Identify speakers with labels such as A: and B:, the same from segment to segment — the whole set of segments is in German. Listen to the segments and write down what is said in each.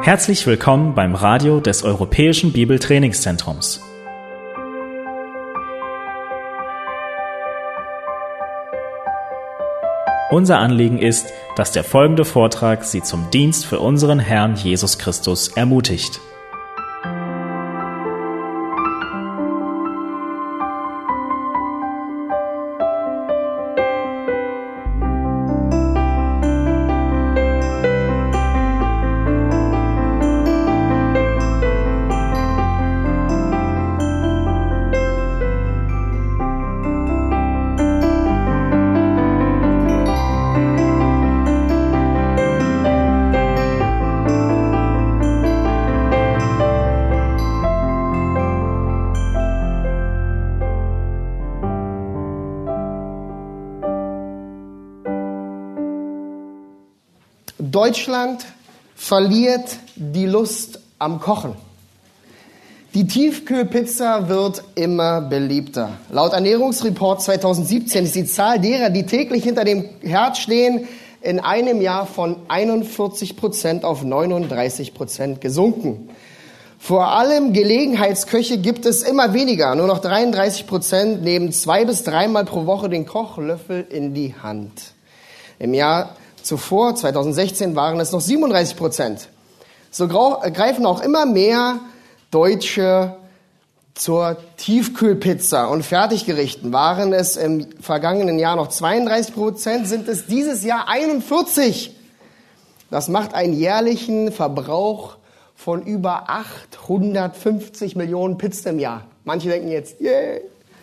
A: Herzlich willkommen beim Radio des Europäischen Bibeltrainingszentrums. Unser Anliegen ist, dass der folgende Vortrag Sie zum Dienst für unseren Herrn Jesus Christus ermutigt.
B: Deutschland verliert die Lust am Kochen. Die Tiefkühlpizza wird immer beliebter. Laut Ernährungsreport 2017 ist die Zahl derer, die täglich hinter dem Herd stehen, in einem Jahr von 41% auf 39% gesunken. Vor allem Gelegenheitsköche gibt es immer weniger. Nur noch 33% nehmen 2 bis 3 Mal pro Woche den Kochlöffel in die Hand. Im Jahr zuvor, 2016, waren es noch 37%. So greifen auch immer mehr Deutsche zur Tiefkühlpizza und Fertiggerichten. Waren es im vergangenen Jahr noch 32%, sind es dieses Jahr 41%. Das macht einen jährlichen Verbrauch von über 850 Millionen Pizzen im Jahr. Manche denken jetzt, yeah.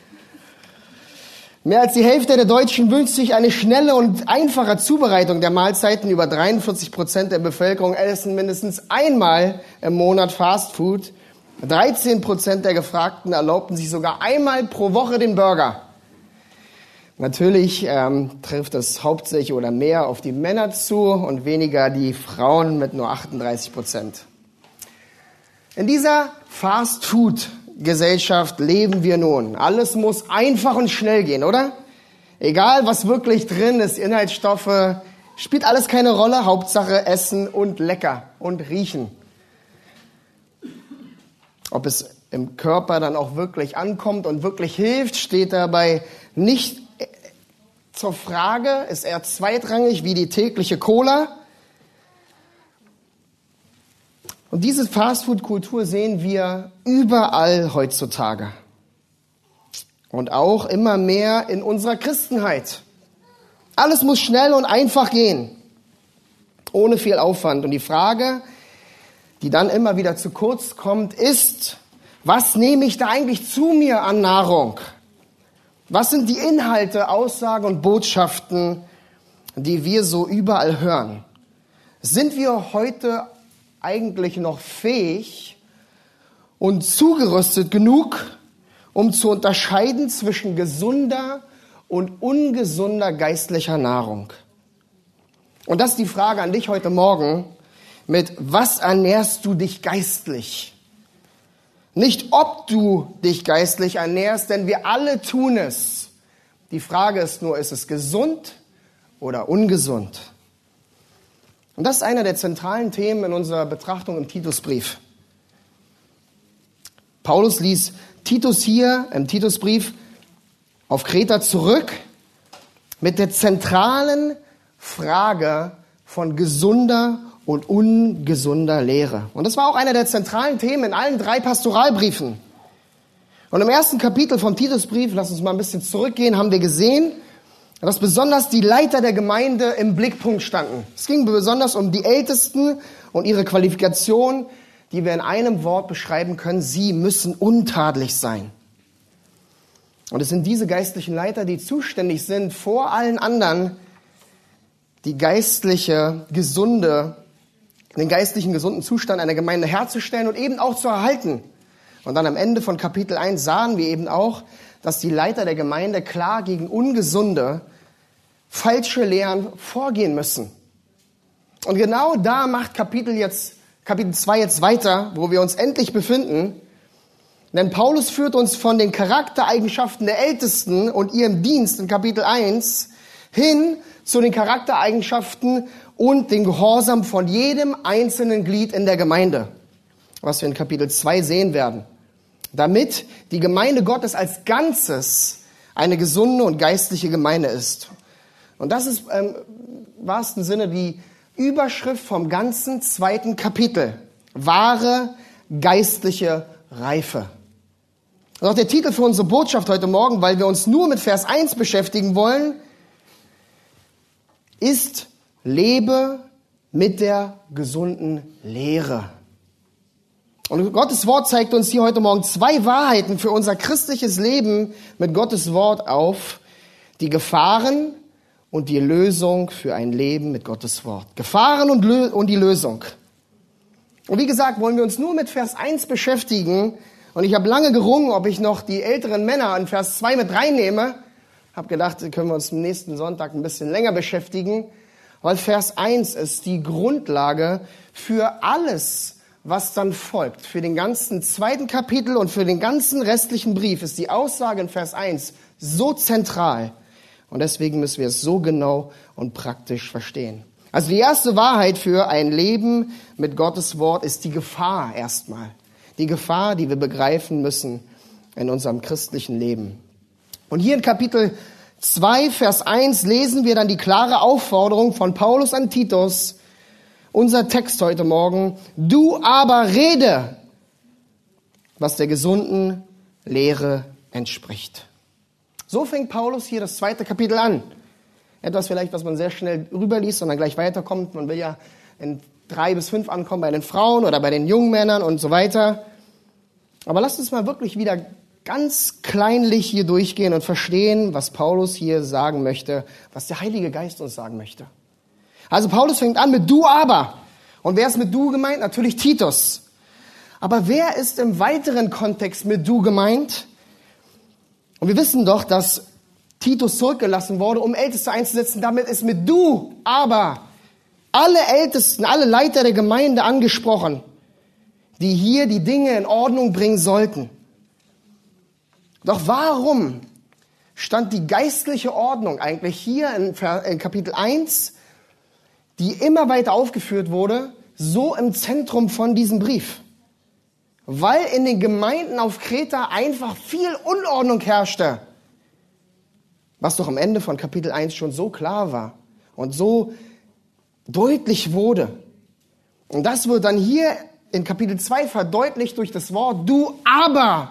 B: Mehr als die Hälfte der Deutschen wünscht sich eine schnelle und einfache Zubereitung der Mahlzeiten. Über 43% der Bevölkerung essen mindestens einmal im Monat Fastfood. 13% der Gefragten erlaubten sich sogar einmal pro Woche den Burger. Natürlich trifft es hauptsächlich oder mehr auf die Männer zu und weniger die Frauen mit nur 38%. In dieser Fastfood-Gesellschaft leben wir nun. Alles muss einfach und schnell gehen, oder? Egal, was wirklich drin ist, Inhaltsstoffe, spielt alles keine Rolle. Hauptsache essen und lecker und riechen. Ob es im Körper dann auch wirklich ankommt und wirklich hilft, steht dabei nicht zur Frage, ist eher zweitrangig wie die tägliche Cola. Und diese Fastfood-Kultur sehen wir überall heutzutage. Und auch immer mehr in unserer Christenheit. Alles muss schnell und einfach gehen. Ohne viel Aufwand. Und die Frage, die dann immer wieder zu kurz kommt, ist, was nehme ich da eigentlich zu mir an Nahrung? Was sind die Inhalte, Aussagen und Botschaften, die wir so überall hören? Sind wir heute eigentlich noch fähig und zugerüstet genug, um zu unterscheiden zwischen gesunder und ungesunder geistlicher Nahrung? Und das ist die Frage an dich heute Morgen, mit was ernährst du dich geistlich? Nicht ob du dich geistlich ernährst, denn wir alle tun es. Die Frage ist nur, ist es gesund oder ungesund? Und das ist einer der zentralen Themen in unserer Betrachtung im Titusbrief. Paulus ließ Titus hier im Titusbrief auf Kreta zurück mit der zentralen Frage von gesunder und ungesunder Lehre. Und das war auch einer der zentralen Themen in allen 3 Pastoralbriefen. Und im ersten Kapitel vom Titusbrief, lass uns mal ein bisschen zurückgehen, haben wir gesehen, dass besonders die Leiter der Gemeinde im Blickpunkt standen. Es ging besonders um die Ältesten und ihre Qualifikation, die wir in einem Wort beschreiben können: sie müssen untadelig sein. Und es sind diese geistlichen Leiter, die zuständig sind, vor allen anderen den geistlichen gesunden Zustand einer Gemeinde herzustellen und eben auch zu erhalten. Und dann am Ende von Kapitel 1 sahen wir eben auch, dass die Leiter der Gemeinde klar gegen ungesunde, falsche Lehren vorgehen müssen. Und genau da macht Kapitel 2 jetzt weiter, wo wir uns endlich befinden. Denn Paulus führt uns von den Charaktereigenschaften der Ältesten und ihrem Dienst in Kapitel 1 hin zu den Charaktereigenschaften und den Gehorsam von jedem einzelnen Glied in der Gemeinde, was wir in Kapitel 2 sehen werden, damit die Gemeinde Gottes als Ganzes eine gesunde und geistliche Gemeinde ist. Und das ist im wahrsten Sinne die Überschrift vom ganzen 2. Kapitel. Wahre geistliche Reife. Und auch der Titel für unsere Botschaft heute Morgen, weil wir uns nur mit Vers 1 beschäftigen wollen, ist: Lebe mit der gesunden Lehre. Und Gottes Wort zeigt uns hier heute Morgen 2 Wahrheiten für unser christliches Leben mit Gottes Wort auf: die Gefahren und die Lösung für ein Leben mit Gottes Wort. Gefahren und die Lösung. Und wie gesagt, wollen wir uns nur mit Vers 1 beschäftigen. Und ich habe lange gerungen, ob ich noch die älteren Männer in Vers 2 mit reinnehme. Habe gedacht, können wir uns am nächsten Sonntag ein bisschen länger beschäftigen. Weil Vers 1 ist die Grundlage für alles, was dann folgt. Für den ganzen 2. Kapitel und für den ganzen restlichen Brief ist die Aussage in Vers 1 so zentral. Und deswegen müssen wir es so genau und praktisch verstehen. Also die erste Wahrheit für ein Leben mit Gottes Wort ist die Gefahr erstmal. Die Gefahr, die wir begreifen müssen in unserem christlichen Leben. Und hier in Kapitel 2, Vers 1 lesen wir dann die klare Aufforderung von Paulus an Titus. Unser Text heute Morgen: Du aber rede, was der gesunden Lehre entspricht. So fängt Paulus hier das 2. Kapitel an. Etwas vielleicht, was man sehr schnell rüberliest und dann gleich weiterkommt. Man will ja in 3 bis 5 ankommen bei den Frauen oder bei den jungen Männern und so weiter. Aber lasst uns mal wirklich wieder ganz kleinlich hier durchgehen und verstehen, was Paulus hier sagen möchte, was der Heilige Geist uns sagen möchte. Also Paulus fängt an mit du aber. Und wer ist mit du gemeint? Natürlich Titus. Aber wer ist im weiteren Kontext mit du gemeint? Und wir wissen doch, dass Titus zurückgelassen wurde, um Älteste einzusetzen. Damit ist mit du aber alle Ältesten, alle Leiter der Gemeinde angesprochen, die hier die Dinge in Ordnung bringen sollten. Doch warum stand die geistliche Ordnung eigentlich hier in Kapitel 1, die immer weiter aufgeführt wurde, so im Zentrum von diesem Brief? Weil in den Gemeinden auf Kreta einfach viel Unordnung herrschte. Was doch am Ende von Kapitel 1 schon so klar war und so deutlich wurde. Und das wird dann hier in Kapitel 2 verdeutlicht durch das Wort du aber.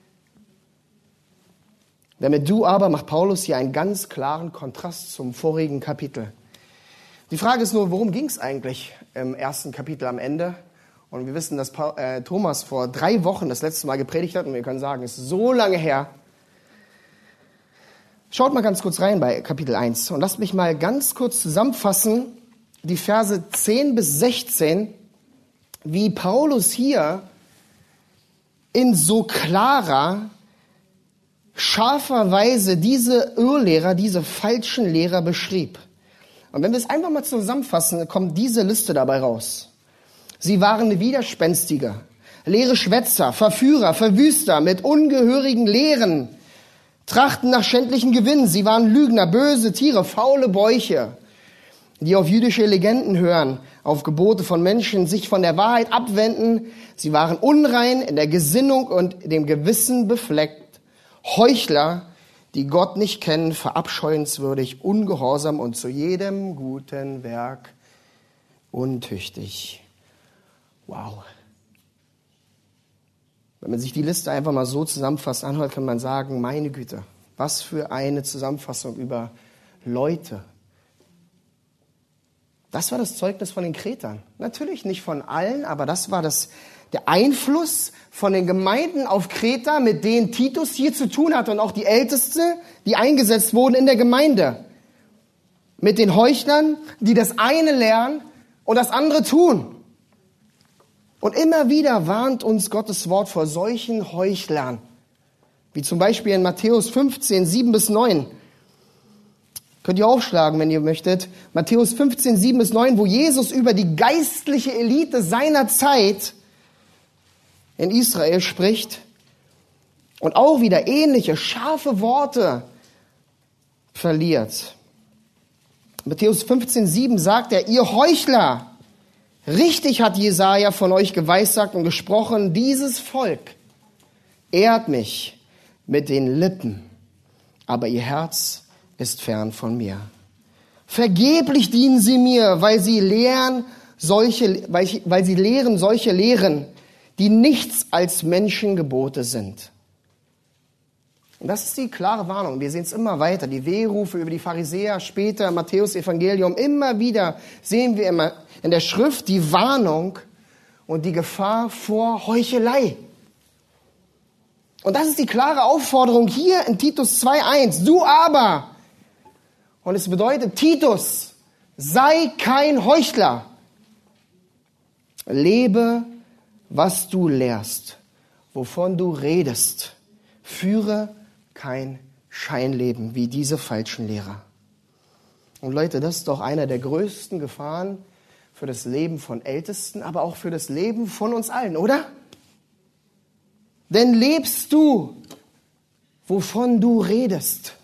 B: Denn mit du aber macht Paulus hier einen ganz klaren Kontrast zum vorigen Kapitel. Die Frage ist nur, worum ging es eigentlich im 1. Kapitel am Ende? Und wir wissen, dass Thomas vor 3 Wochen das letzte Mal gepredigt hat. Und wir können sagen, es ist so lange her. Schaut mal ganz kurz rein bei Kapitel 1. Und lasst mich mal ganz kurz zusammenfassen, die Verse 10 bis 16, wie Paulus hier in so klarer, scharfer Weise diese Irrlehrer, diese falschen Lehrer beschrieb. Und wenn wir es einfach mal zusammenfassen, kommt diese Liste dabei raus. Sie waren Widerspenstige, leere Schwätzer, Verführer, Verwüster mit ungehörigen Lehren, trachten nach schändlichen Gewinn. Sie waren Lügner, böse Tiere, faule Bäuche, die auf jüdische Legenden hören, auf Gebote von Menschen, sich von der Wahrheit abwenden. Sie waren unrein in der Gesinnung und dem Gewissen befleckt, Heuchler, die Gott nicht kennen, verabscheuenswürdig, ungehorsam und zu jedem guten Werk untüchtig. Wow. Wenn man sich die Liste einfach mal so zusammenfasst anhört, kann man sagen, meine Güte, was für eine Zusammenfassung über Leute. Das war das Zeugnis von den Kretern. Natürlich nicht von allen, aber das war der Einfluss von den Gemeinden auf Kreta, mit denen Titus hier zu tun hatte und auch die Ältesten, die eingesetzt wurden in der Gemeinde. Mit den Heuchlern, die das eine lernen und das andere tun. Und immer wieder warnt uns Gottes Wort vor solchen Heuchlern. Wie zum Beispiel in Matthäus 15, 7 bis 9. Könnt ihr aufschlagen, wenn ihr möchtet. Matthäus 15, 7 bis 9, wo Jesus über die geistliche Elite seiner Zeit in Israel spricht und auch wieder ähnliche, scharfe Worte verliert. Matthäus 15,7 sagt er, ihr Heuchler, richtig hat Jesaja von euch geweissagt und gesprochen, dieses Volk ehrt mich mit den Lippen, aber ihr Herz ist fern von mir. Vergeblich dienen sie mir, weil sie lehren solche Lehren, die nichts als Menschengebote sind. Und das ist die klare Warnung. Wir sehen es immer weiter. Die Wehrufe über die Pharisäer, später Matthäus Evangelium. Immer wieder sehen wir immer in der Schrift die Warnung und die Gefahr vor Heuchelei. Und das ist die klare Aufforderung hier in Titus 2,1. Du aber, und es bedeutet, Titus, sei kein Heuchler. Lebe, was du lehrst, wovon du redest. Führe kein Scheinleben wie diese falschen Lehrer. Und Leute, das ist doch einer der größten Gefahren für das Leben von Ältesten, aber auch für das Leben von uns allen, oder? Denn lebst du, wovon du redest?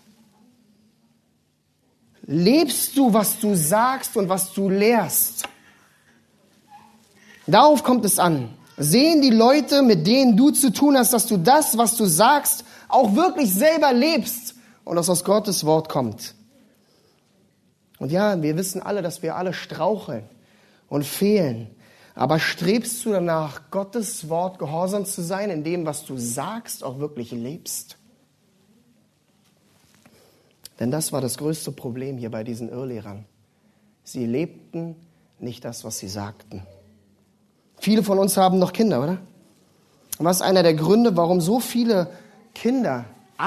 B: Lebst du, was du sagst und was du lehrst? Darauf kommt es an. Sehen die Leute, mit denen du zu tun hast, dass du das, was du sagst, auch wirklich selber lebst und das aus Gottes Wort kommt. Und ja, wir wissen alle, dass wir alle straucheln und fehlen. Aber strebst du danach, Gottes Wort gehorsam zu sein, in dem, was du sagst, auch wirklich lebst? Denn das war das größte Problem hier bei diesen Irrlehrern. Sie lebten nicht das, was sie sagten. Viele von uns haben noch Kinder, oder? Und was ist einer der Gründe, warum so viele Kinder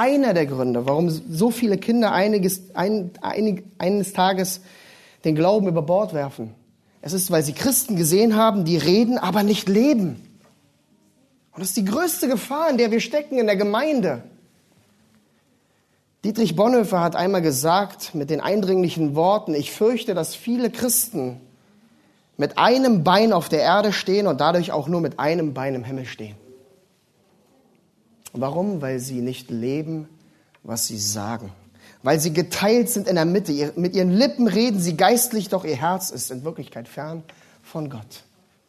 B: eines Tages den Glauben über Bord werfen? Es ist, weil sie Christen gesehen haben, die reden, aber nicht leben. Und das ist die größte Gefahr, in der wir stecken in der Gemeinde. Dietrich Bonhoeffer hat einmal gesagt, mit den eindringlichen Worten, ich fürchte, dass viele Christen mit einem Bein auf der Erde stehen und dadurch auch nur mit einem Bein im Himmel stehen. Warum? Weil sie nicht leben, was sie sagen. Weil sie geteilt sind in der Mitte. Mit ihren Lippen reden sie geistlich, doch ihr Herz ist in Wirklichkeit fern von Gott.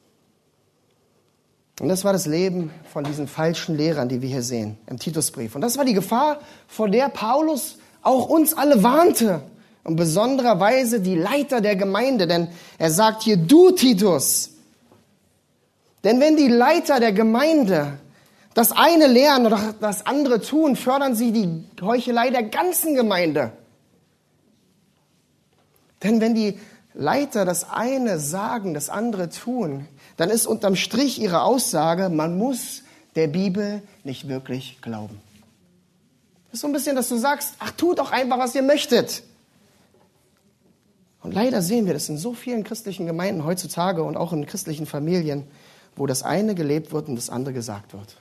B: Und das war das Leben von diesen falschen Lehrern, die wir hier sehen im Titusbrief. Und das war die Gefahr, vor der Paulus auch uns alle warnte. Und besondererweise die Leiter der Gemeinde. Denn er sagt hier, du Titus. Denn wenn die Leiter der Gemeinde das eine lernen oder das andere tun, fördern sie die Heuchelei der ganzen Gemeinde. Denn wenn die Leiter das eine sagen, das andere tun, dann ist unterm Strich ihre Aussage, man muss der Bibel nicht wirklich glauben. Das ist so ein bisschen, dass du sagst, ach, tut doch einfach, was ihr möchtet. Und leider sehen wir das in so vielen christlichen Gemeinden heutzutage und auch in christlichen Familien, wo das eine gelebt wird und das andere gesagt wird.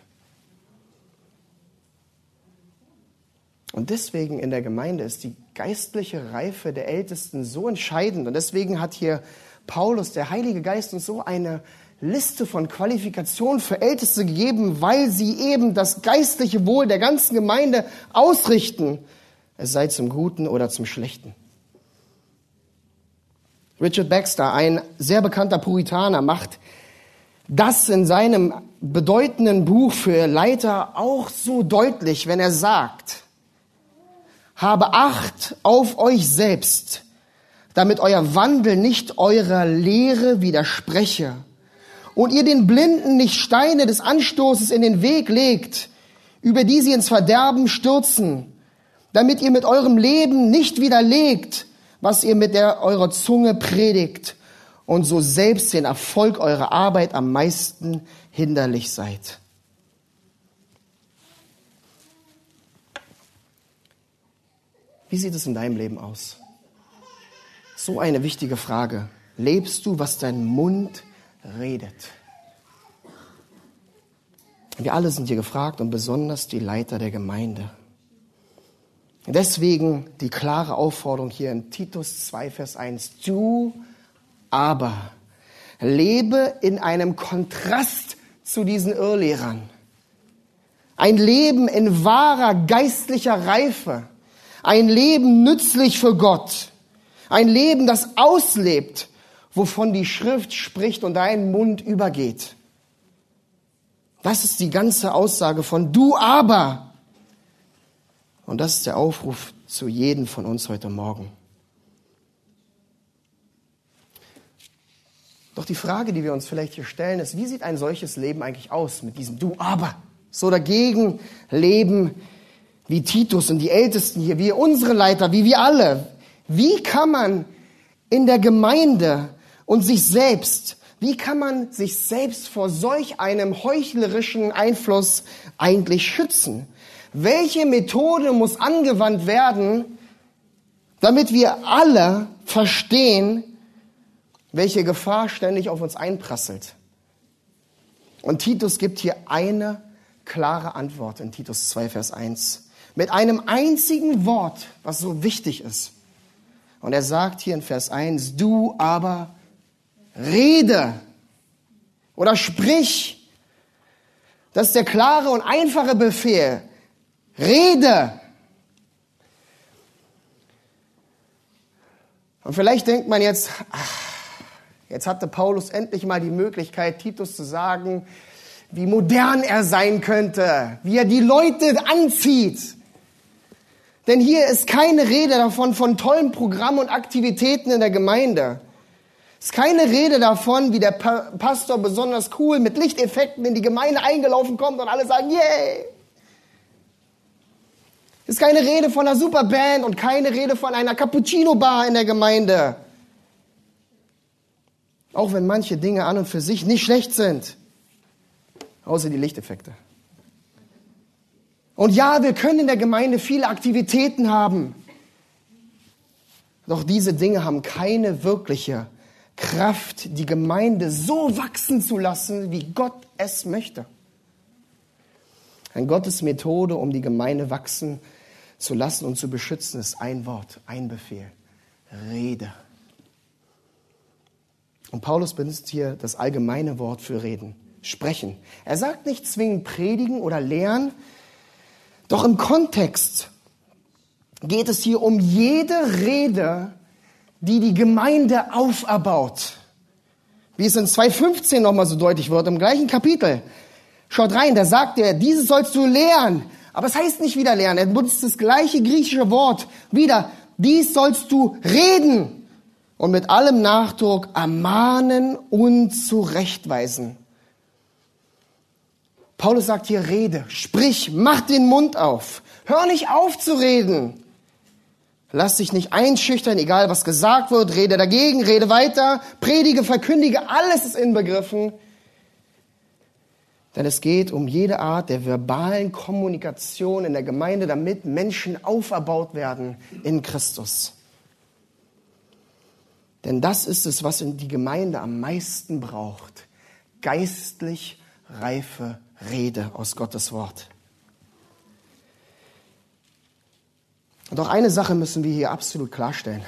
B: Und deswegen in der Gemeinde ist die geistliche Reife der Ältesten so entscheidend. Und deswegen hat hier Paulus, der Heilige Geist, uns so eine Liste von Qualifikationen für Älteste gegeben, weil sie eben das geistliche Wohl der ganzen Gemeinde ausrichten, es sei zum Guten oder zum Schlechten. Richard Baxter, ein sehr bekannter Puritaner, macht das in seinem bedeutenden Buch für Leiter auch so deutlich, wenn er sagt, habe Acht auf euch selbst, damit euer Wandel nicht eurer Lehre widerspreche und ihr den Blinden nicht Steine des Anstoßes in den Weg legt, über die sie ins Verderben stürzen, damit ihr mit eurem Leben nicht widerlegt, was ihr mit eurer Zunge predigt und so selbst den Erfolg eurer Arbeit am meisten hinderlich seid. Wie sieht es in deinem Leben aus? So eine wichtige Frage. Lebst du, was dein Mund redet? Wir alle sind hier gefragt und besonders die Leiter der Gemeinde. Deswegen die klare Aufforderung hier in Titus 2, Vers 1. Du aber lebe in einem Kontrast zu diesen Irrlehrern. Ein Leben in wahrer geistlicher Reife. Ein Leben nützlich für Gott. Ein Leben, das auslebt, wovon die Schrift spricht und dein Mund übergeht. Das ist die ganze Aussage von du aber. Und das ist der Aufruf zu jedem von uns heute Morgen. Doch die Frage, die wir uns vielleicht hier stellen, ist, wie sieht ein solches Leben eigentlich aus mit diesem du aber? So dagegen leben wie Titus und die Ältesten hier, wie unsere Leiter, wie wir alle. Wie kann man in der Gemeinde und wie kann man sich selbst vor solch einem heuchlerischen Einfluss eigentlich schützen? Welche Methode muss angewandt werden, damit wir alle verstehen, welche Gefahr ständig auf uns einprasselt? Und Titus gibt hier eine klare Antwort in Titus 2, Vers 1. Mit einem einzigen Wort, was so wichtig ist. Und er sagt hier in Vers 1, du aber rede oder sprich. Das ist der klare und einfache Befehl. Rede. Und vielleicht denkt man jetzt, jetzt hatte Paulus endlich mal die Möglichkeit, Titus zu sagen, wie modern er sein könnte, wie er die Leute anzieht. Denn hier ist keine Rede davon von tollen Programmen und Aktivitäten in der Gemeinde. Es ist keine Rede davon, wie der Pastor besonders cool mit Lichteffekten in die Gemeinde eingelaufen kommt und alle sagen, yay! Es ist keine Rede von einer Superband und keine Rede von einer Cappuccino-Bar in der Gemeinde. Auch wenn manche Dinge an und für sich nicht schlecht sind. Außer die Lichteffekte. Und ja, wir können in der Gemeinde viele Aktivitäten haben. Doch diese Dinge haben keine wirkliche Kraft, die Gemeinde so wachsen zu lassen, wie Gott es möchte. Ein Gottes Methode, um die Gemeinde wachsen zu lassen und zu beschützen, ist ein Wort, ein Befehl. Rede. Und Paulus benutzt hier das allgemeine Wort für reden, sprechen. Er sagt nicht zwingend predigen oder lehren, doch im Kontext geht es hier um jede Rede, die die Gemeinde auferbaut. Wie es in 2,15 nochmal so deutlich wird, im gleichen Kapitel. Schaut rein, da sagt er, dieses sollst du lehren. Aber es heißt nicht wieder lehren, er benutzt das gleiche griechische Wort wieder. Dies sollst du reden und mit allem Nachdruck ermahnen und zurechtweisen. Paulus sagt hier, rede, sprich, mach den Mund auf. Hör nicht auf zu reden. Lass dich nicht einschüchtern, egal was gesagt wird. Rede dagegen, rede weiter, predige, verkündige, alles ist inbegriffen. Denn es geht um jede Art der verbalen Kommunikation in der Gemeinde, damit Menschen auferbaut werden in Christus. Denn das ist es, was die Gemeinde am meisten braucht. Geistlich reife Rede aus Gottes Wort. Doch eine Sache müssen wir hier absolut klarstellen.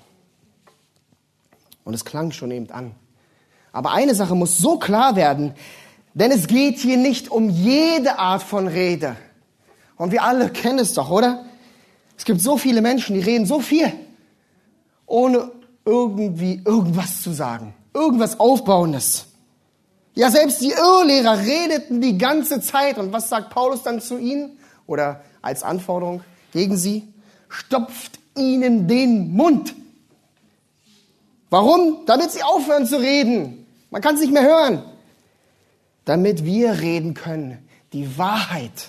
B: Und es klang schon eben an. Aber eine Sache muss so klar werden, denn es geht hier nicht um jede Art von Rede. Und wir alle kennen es doch, oder? Es gibt so viele Menschen, die reden so viel, ohne irgendwie irgendwas zu sagen. Irgendwas Aufbauendes. Ja, selbst die Irrlehrer redeten die ganze Zeit. Und was sagt Paulus dann zu ihnen? Oder als Anforderung gegen sie? Stopft ihnen den Mund. Warum? Damit sie aufhören zu reden. Man kann es nicht mehr hören. Damit wir reden können. Die Wahrheit.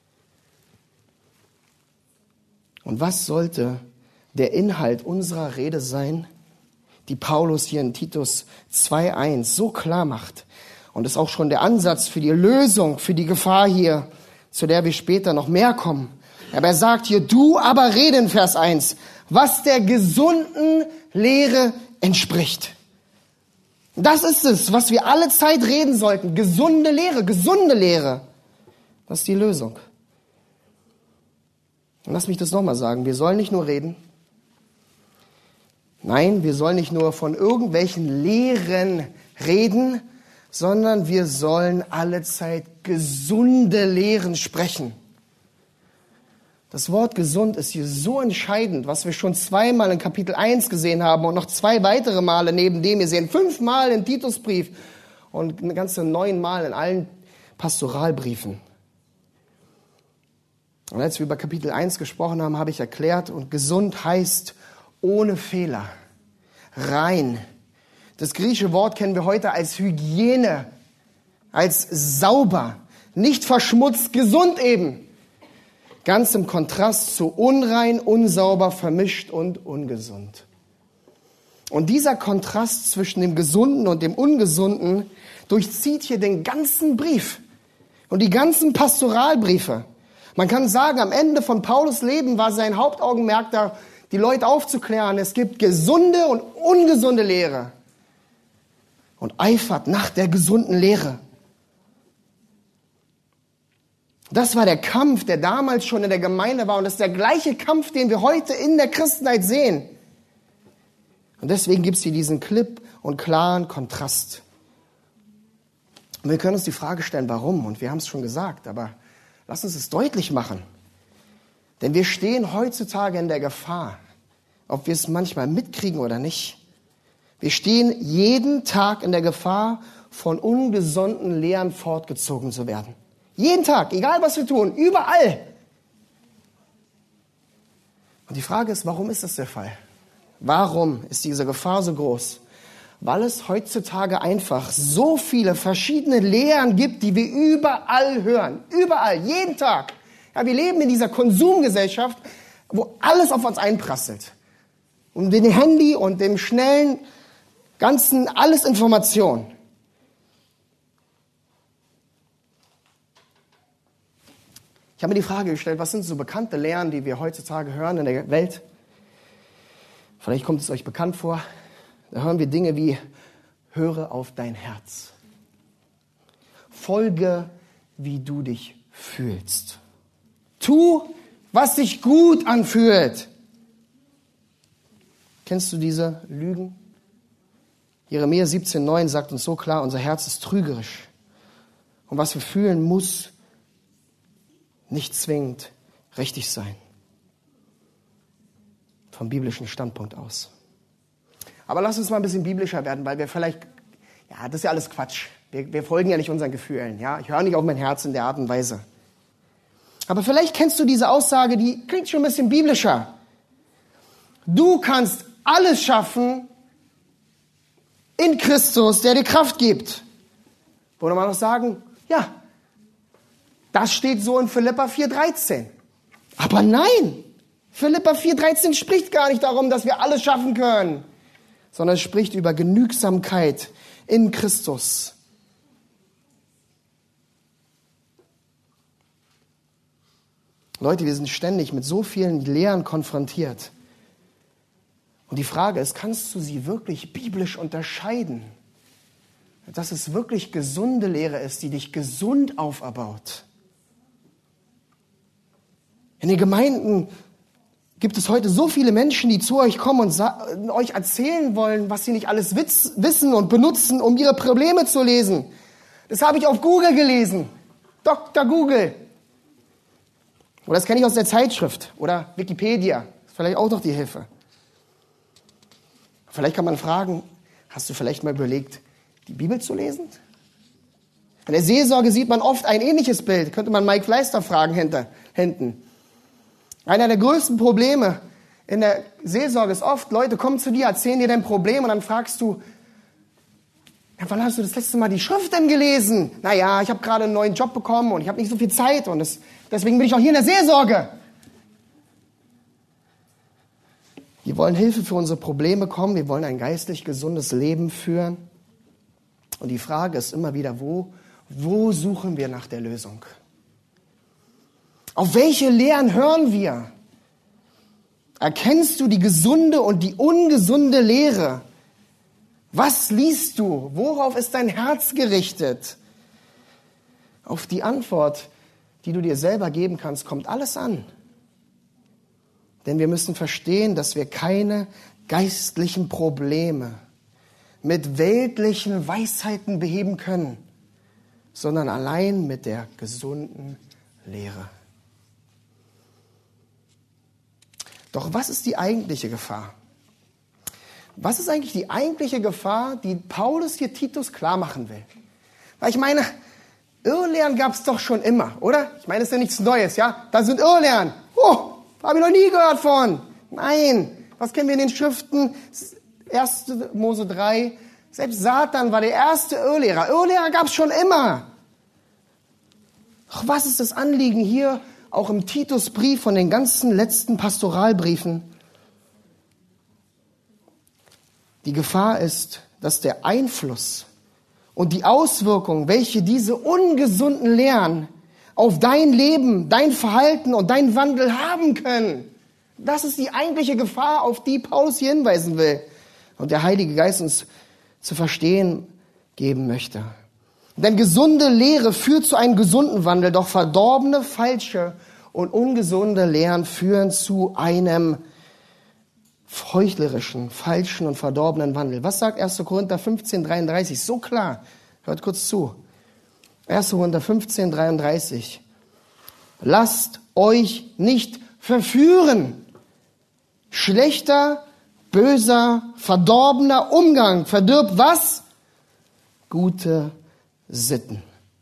B: Und was sollte der Inhalt unserer Rede sein, die Paulus hier in Titus 2,1 so klar macht? Und ist auch schon der Ansatz für die Lösung, für die Gefahr hier, zu der wir später noch mehr kommen. Aber er sagt hier, du aber rede in Vers 1, was der gesunden Lehre entspricht. Das ist es, was wir alle Zeit reden sollten. Gesunde Lehre, gesunde Lehre. Das ist die Lösung. Und lass mich das nochmal sagen. Wir sollen nicht nur reden. Nein, wir sollen nicht nur von irgendwelchen Lehren reden, sondern wir sollen allezeit gesunde Lehren sprechen. Das Wort gesund ist hier so entscheidend, was wir schon 2-mal in Kapitel 1 gesehen haben und noch 2 weitere Male neben dem. Wir sehen 5-mal im Titusbrief und eine ganze 9-mal in allen Pastoralbriefen. Und als wir über Kapitel 1 gesprochen haben, habe ich erklärt, und gesund heißt ohne Fehler, rein. Das griechische Wort kennen wir heute als Hygiene, als sauber, nicht verschmutzt, gesund eben. Ganz im Kontrast zu unrein, unsauber, vermischt und ungesund. Und dieser Kontrast zwischen dem Gesunden und dem Ungesunden durchzieht hier den ganzen Brief und die ganzen Pastoralbriefe. Man kann sagen, am Ende von Paulus' Leben war sein Hauptaugenmerk da, die Leute aufzuklären. Es gibt gesunde und ungesunde Lehre. Und eifert nach der gesunden Lehre. Das war der Kampf, der damals schon in der Gemeinde war. Und das ist der gleiche Kampf, den wir heute in der Christenheit sehen. Und deswegen gibt es hier diesen klipp und klaren Kontrast. Und wir können uns die Frage stellen, warum? Und wir haben es schon gesagt, aber lass uns es deutlich machen. Denn wir stehen heutzutage in der Gefahr, ob wir es manchmal mitkriegen oder nicht. Wir stehen jeden Tag in der Gefahr, von ungesunden Lehren fortgezogen zu werden. Jeden Tag, egal was wir tun, überall. Und die Frage ist, warum ist das der Fall? Warum ist diese Gefahr so groß? Weil es heutzutage einfach so viele verschiedene Lehren gibt, die wir überall hören. Überall, jeden Tag. Ja, wir leben in dieser Konsumgesellschaft, wo alles auf uns einprasselt. Und dem Handy und dem schnellen ganzen, alles Information. Ich habe mir die Frage gestellt, was sind so bekannte Lehren, die wir heutzutage hören in der Welt? Vielleicht kommt es euch bekannt vor. Da hören wir Dinge wie, höre auf dein Herz. Folge, wie du dich fühlst. Tu, was sich gut anfühlt. Kennst du diese Lügen? Jeremia 17,9 sagt uns so klar, unser Herz ist trügerisch. Und was wir fühlen, muss nicht zwingend richtig sein. Vom biblischen Standpunkt aus. Aber lass uns mal ein bisschen biblischer werden, weil wir vielleicht, ja, das ist ja alles Quatsch. Wir folgen ja nicht unseren Gefühlen, ja. Ich höre nicht auf mein Herz in der Art und Weise. Aber vielleicht kennst du diese Aussage, die klingt schon ein bisschen biblischer. Du kannst alles schaffen in Christus, der dir Kraft gibt. Würde man noch sagen, ja, das steht so in Philipper 4,13. Aber nein, Philipper 4,13 spricht gar nicht darum, dass wir alles schaffen können, sondern es spricht über Genügsamkeit in Christus. Leute, wir sind ständig mit so vielen Lehren konfrontiert. Und die Frage ist, kannst du sie wirklich biblisch unterscheiden? Dass es wirklich gesunde Lehre ist, die dich gesund auferbaut. In den Gemeinden gibt es heute so viele Menschen, die zu euch kommen und euch erzählen wollen, was sie nicht alles wissen und benutzen, um ihre Probleme zu lösen. Das habe ich auf Google gelesen. Dr. Google. Oder das kenne ich aus der Zeitschrift. Oder Wikipedia. Das ist vielleicht auch noch die Hilfe. Vielleicht kann man fragen, hast du vielleicht mal überlegt, die Bibel zu lesen? In der Seelsorge sieht man oft ein ähnliches Bild. Könnte man Mike Fleister fragen hinten. Einer der größten Probleme in der Seelsorge ist oft, Leute kommen zu dir, erzählen dir dein Problem und dann fragst du, ja, wann hast du das letzte Mal die Schrift denn gelesen? Naja, ich habe gerade einen neuen Job bekommen und ich habe nicht so viel Zeit und deswegen bin ich auch hier in der Seelsorge. Wir wollen Hilfe für unsere Probleme bekommen, wir wollen ein geistlich gesundes Leben führen. Und die Frage ist immer wieder, wo suchen wir nach der Lösung? Auf welche Lehren hören wir? Erkennst du die gesunde und die ungesunde Lehre? Was liest du? Worauf ist dein Herz gerichtet? Auf die Antwort, die du dir selber geben kannst, kommt alles an. Denn wir müssen verstehen, dass wir keine geistlichen Probleme mit weltlichen Weisheiten beheben können, sondern allein mit der gesunden Lehre. Doch was ist die eigentliche Gefahr? Was ist eigentlich die eigentliche Gefahr, die Paulus hier Titus klar machen will? Weil ich meine, Irrlehren gab es doch schon immer, oder? Ich meine, das ist ja nichts Neues, ja? Da sind Irrlehren. Oh, habe ich noch nie gehört von. Nein, was kennen wir in den Schriften? 1. Mose 3. Selbst Satan war der erste Irrlehrer. Irrlehrer gab es schon immer. Doch was ist das Anliegen hier, auch im Titusbrief von den ganzen letzten Pastoralbriefen? Die Gefahr ist, dass der Einfluss und die Auswirkungen, welche diese ungesunden Lehren auf dein Leben, dein Verhalten und dein Wandel haben können, das ist die eigentliche Gefahr, auf die Paulus hier hinweisen will und der Heilige Geist uns zu verstehen geben möchte. Denn gesunde Lehre führt zu einem gesunden Wandel, doch verdorbene, falsche und ungesunde Lehren führen zu einem heuchlerischen, falschen und verdorbenen Wandel. Was sagt 1. Korinther 15, 33? So klar. Hört kurz zu. 1. Korinther 15, 33. Lasst euch nicht verführen. Schlechter, böser, verdorbener Umgang verdirbt was? Gute Sitten.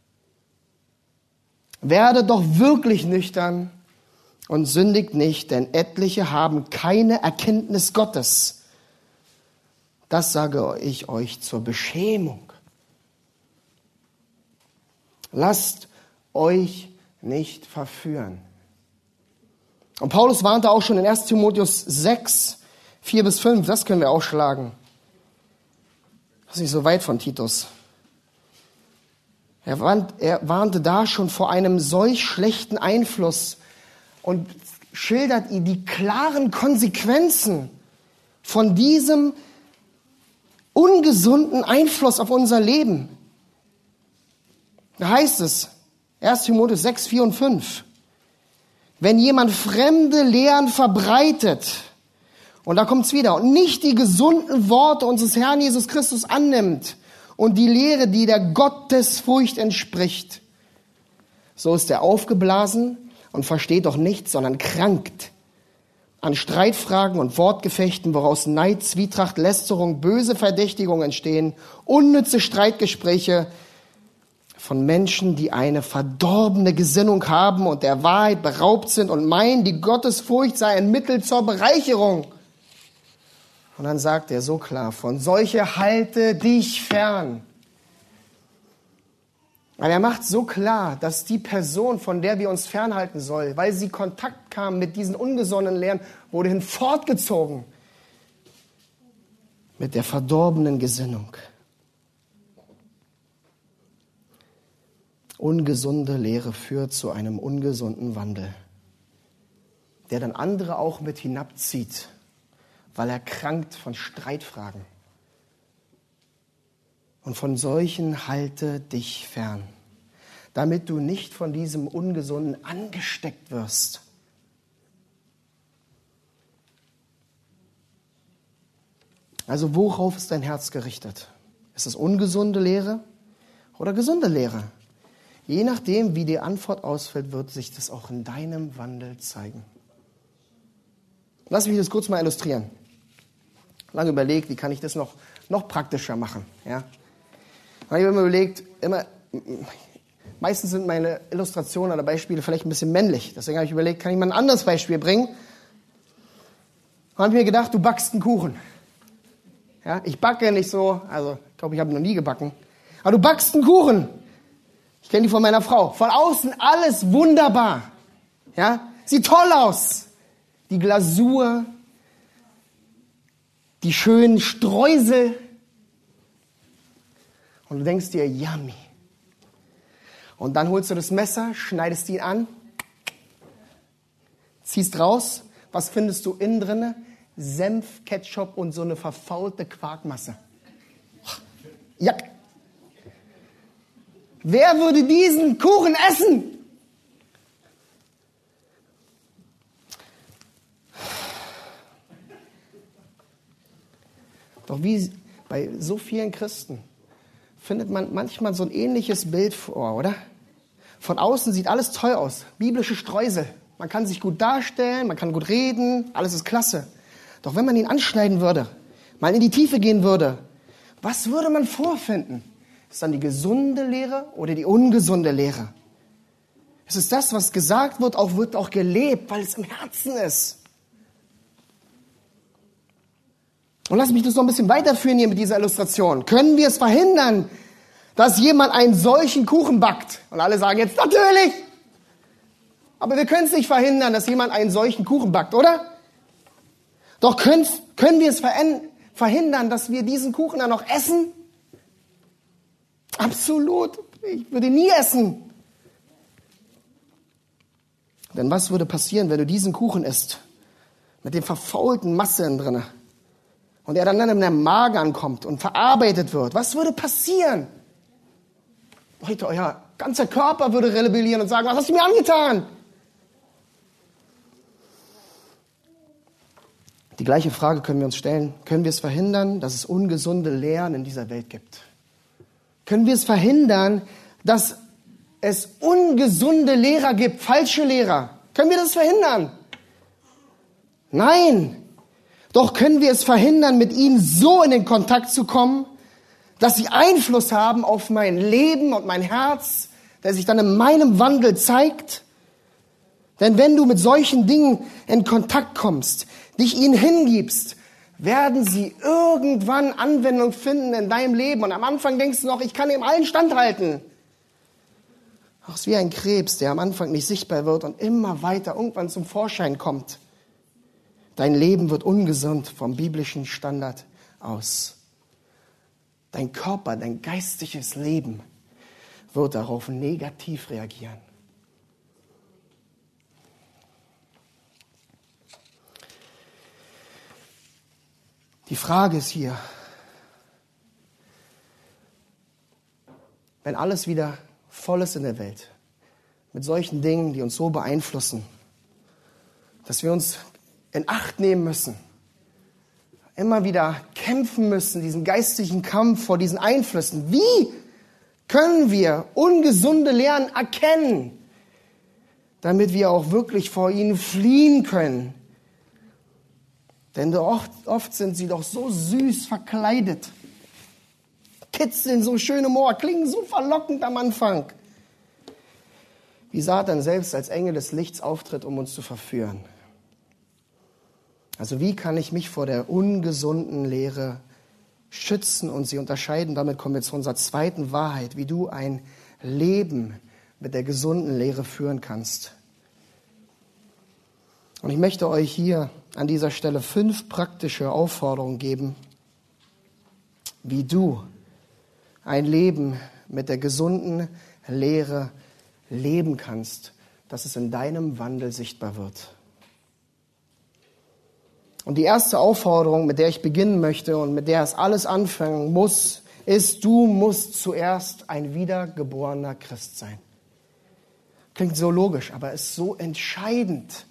B: Werde doch wirklich nüchtern und sündigt nicht, denn etliche haben keine Erkenntnis Gottes. Das sage ich euch zur Beschämung. Lasst euch nicht verführen. Und Paulus warnte auch schon in 1. Timotheus 6, 4-5, das können wir aufschlagen. Das ist nicht so weit von Titus. Er warnte da schon vor einem solch schlechten Einfluss und schildert ihm die klaren Konsequenzen von diesem ungesunden Einfluss auf unser Leben. Da heißt es, 1. Timotheus 6, 4 und 5, wenn jemand fremde Lehren verbreitet, und da kommt's wieder, und nicht die gesunden Worte unseres Herrn Jesus Christus annimmt und die Lehre, die der Gottesfurcht entspricht, so ist er aufgeblasen und versteht doch nichts, sondern krankt an Streitfragen und Wortgefechten, woraus Neid, Zwietracht, Lästerung, böse Verdächtigungen entstehen, unnütze Streitgespräche von Menschen, die eine verdorbene Gesinnung haben und der Wahrheit beraubt sind und meinen, die Gottesfurcht sei ein Mittel zur Bereicherung. Und dann sagt er so klar, von solche halte dich fern. Und er macht so klar, dass die Person, von der wir uns fernhalten sollen, weil sie Kontakt kam mit diesen ungesonnenen Lehren, wurde hinfortgezogen mit der verdorbenen Gesinnung. Ungesunde Lehre führt zu einem ungesunden Wandel, der dann andere auch mit hinabzieht, weil er krankt von Streitfragen. Und von solchen halte dich fern, damit du nicht von diesem Ungesunden angesteckt wirst. Also worauf ist dein Herz gerichtet? Ist es ungesunde Lehre oder gesunde Lehre? Je nachdem, wie die Antwort ausfällt, wird sich das auch in deinem Wandel zeigen. Lass mich das kurz mal illustrieren. Lange überlegt, wie kann ich das noch praktischer machen. Ja? Und ich habe mir überlegt, meistens sind meine Illustrationen oder Beispiele vielleicht ein bisschen männlich. Deswegen habe ich überlegt, kann ich mal ein anderes Beispiel bringen? Und habe mir gedacht, du backst einen Kuchen. Ja, ich backe nicht so, also ich glaube, ich habe noch nie gebacken. Aber du backst einen Kuchen. Ich kenne die von meiner Frau. Von außen alles wunderbar. Ja, sieht toll aus. Die Glasur, die schönen Streusel. Und du denkst dir, yummy. Und dann holst du das Messer, schneidest ihn an, ziehst raus. Was findest du innen drinne? Senf, Ketchup und so eine verfaulte Quarkmasse. Ja. Wer würde diesen Kuchen essen? Doch wie bei so vielen Christen findet man manchmal so ein ähnliches Bild vor, oder? Von außen sieht alles toll aus. Biblische Streusel. Man kann sich gut darstellen, man kann gut reden, alles ist klasse. Doch wenn man ihn anschneiden würde, mal in die Tiefe gehen würde, was würde man vorfinden? Ist dann die gesunde Lehre oder die ungesunde Lehre? Es ist das, was gesagt wird auch gelebt, weil es im Herzen ist. Und lass mich das noch ein bisschen weiterführen hier mit dieser Illustration. Können wir es verhindern, dass jemand einen solchen Kuchen backt? Und alle sagen jetzt, natürlich! Aber wir können es nicht verhindern, dass jemand einen solchen Kuchen backt, oder? Doch können wir es verhindern, dass wir diesen Kuchen dann noch essen? Absolut. Ich würde nie essen. Denn was würde passieren, wenn du diesen Kuchen isst? Mit den verfaulten Massen drin. Und er dann in deinem Magen ankommt und verarbeitet wird. Was würde passieren? Leute, euer ganzer Körper würde rebellieren und sagen, was hast du mir angetan? Die gleiche Frage können wir uns stellen. Können wir es verhindern, dass es ungesunde Lehren in dieser Welt gibt? Können wir es verhindern, dass es ungesunde Lehrer gibt, falsche Lehrer? Können wir das verhindern? Nein. Doch können wir es verhindern, mit ihnen so in den Kontakt zu kommen, dass sie Einfluss haben auf mein Leben und mein Herz, der sich dann in meinem Wandel zeigt? Denn wenn du mit solchen Dingen in Kontakt kommst, dich ihnen hingibst, werden sie irgendwann Anwendung finden in deinem Leben. Und am Anfang denkst du noch, ich kann dem allen standhalten. Doch es ist wie ein Krebs, der am Anfang nicht sichtbar wird und immer weiter irgendwann zum Vorschein kommt. Dein Leben wird ungesund vom biblischen Standard aus. Dein Körper, dein geistiges Leben wird darauf negativ reagieren. Die Frage ist hier, wenn alles wieder voll ist in der Welt, mit solchen Dingen, die uns so beeinflussen, dass wir uns in Acht nehmen müssen, immer wieder kämpfen müssen, diesen geistlichen Kampf vor diesen Einflüssen. Wie können wir ungesunde Lehren erkennen, damit wir auch wirklich vor ihnen fliehen können? Denn oft sind sie doch so süß verkleidet, kitzeln so schön im Ohr, klingen so verlockend am Anfang. Wie Satan selbst als Engel des Lichts auftritt, um uns zu verführen. Also wie kann ich mich vor der ungesunden Lehre schützen und sie unterscheiden? Damit kommen wir zu unserer zweiten Wahrheit, wie du ein Leben mit der gesunden Lehre führen kannst. Und ich möchte euch hier an dieser Stelle 5 praktische Aufforderungen geben, wie du ein Leben mit der gesunden Lehre leben kannst, dass es in deinem Wandel sichtbar wird. Und die erste Aufforderung, mit der ich beginnen möchte und mit der es alles anfangen muss, ist, du musst zuerst ein wiedergeborener Christ sein. Klingt so logisch, aber ist so entscheidend.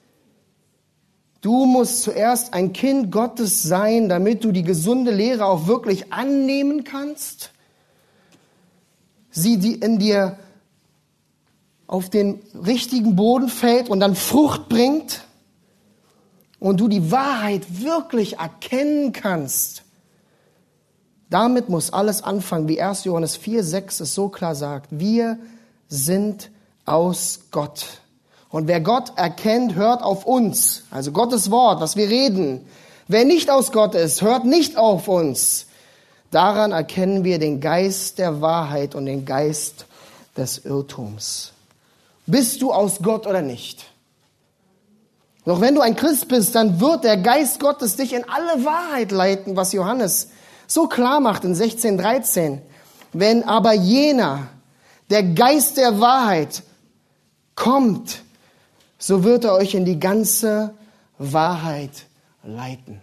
B: Du musst zuerst ein Kind Gottes sein, damit du die gesunde Lehre auch wirklich annehmen kannst, sie in dir auf den richtigen Boden fällt und dann Frucht bringt und du die Wahrheit wirklich erkennen kannst. Damit muss alles anfangen, wie 1. Johannes 4,6 es so klar sagt. Wir sind aus Gott. Und wer Gott erkennt, hört auf uns. Also Gottes Wort, was wir reden. Wer nicht aus Gott ist, hört nicht auf uns. Daran erkennen wir den Geist der Wahrheit und den Geist des Irrtums. Bist du aus Gott oder nicht? Doch wenn du ein Christ bist, dann wird der Geist Gottes dich in alle Wahrheit leiten, was Johannes so klar macht in 16,13. Wenn aber jener, der Geist der Wahrheit, kommt, so wird er euch in die ganze Wahrheit leiten.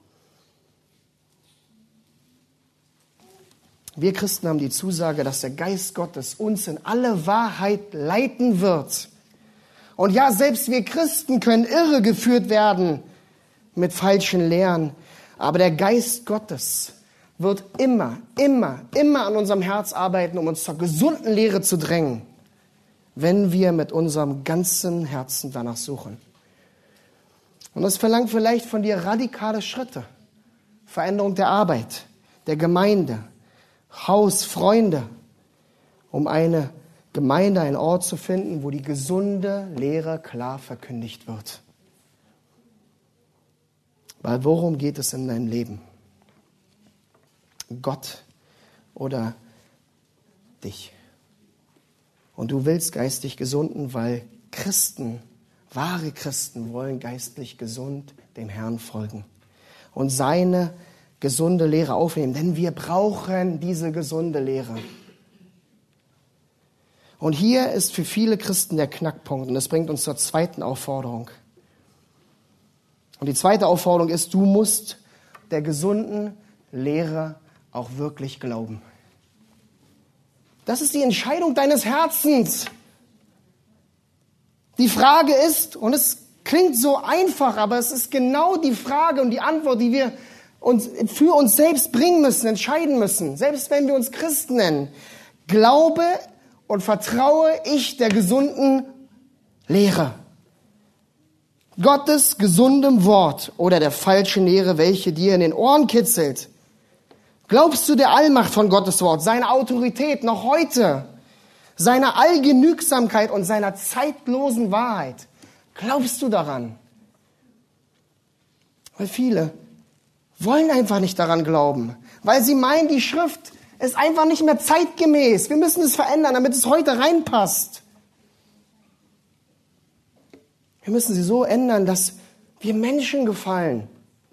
B: Wir Christen haben die Zusage, dass der Geist Gottes uns in alle Wahrheit leiten wird. Und ja, selbst wir Christen können irregeführt werden mit falschen Lehren. Aber der Geist Gottes wird immer an unserem Herz arbeiten, um uns zur gesunden Lehre zu drängen. wenn wir mit unserem ganzen Herzen danach suchen. Und das verlangt vielleicht von dir radikale Schritte. Veränderung der Arbeit, der Gemeinde, Haus, Freunde, um eine Gemeinde, einen Ort zu finden, wo die gesunde Lehre klar verkündigt wird. Weil worum geht es in deinem Leben? Gott oder dich? Und du willst geistig gesunden, weil Christen, wahre Christen wollen geistlich gesund dem Herrn folgen und seine gesunde Lehre aufnehmen. Denn wir brauchen diese gesunde Lehre. Und hier ist für viele Christen der Knackpunkt. Und das bringt uns zur zweiten Aufforderung. Und die zweite Aufforderung ist, du musst der gesunden Lehre auch wirklich glauben. Das ist die Entscheidung deines Herzens. Die Frage ist, und es klingt so einfach, aber es ist genau die Frage und die Antwort, die wir uns für uns selbst bringen müssen, entscheiden müssen. Selbst wenn wir uns Christen nennen. Glaube und vertraue ich der gesunden Lehre. Gottes gesundem Wort oder der falschen Lehre, welche dir in den Ohren kitzelt. Glaubst du der Allmacht von Gottes Wort, seiner Autorität noch heute, seiner Allgenügsamkeit und seiner zeitlosen Wahrheit? Glaubst du daran? Weil viele wollen einfach nicht daran glauben, weil sie meinen, die Schrift ist einfach nicht mehr zeitgemäß. Wir müssen es verändern, damit es heute reinpasst. Wir müssen sie so ändern, dass wir Menschen gefallen.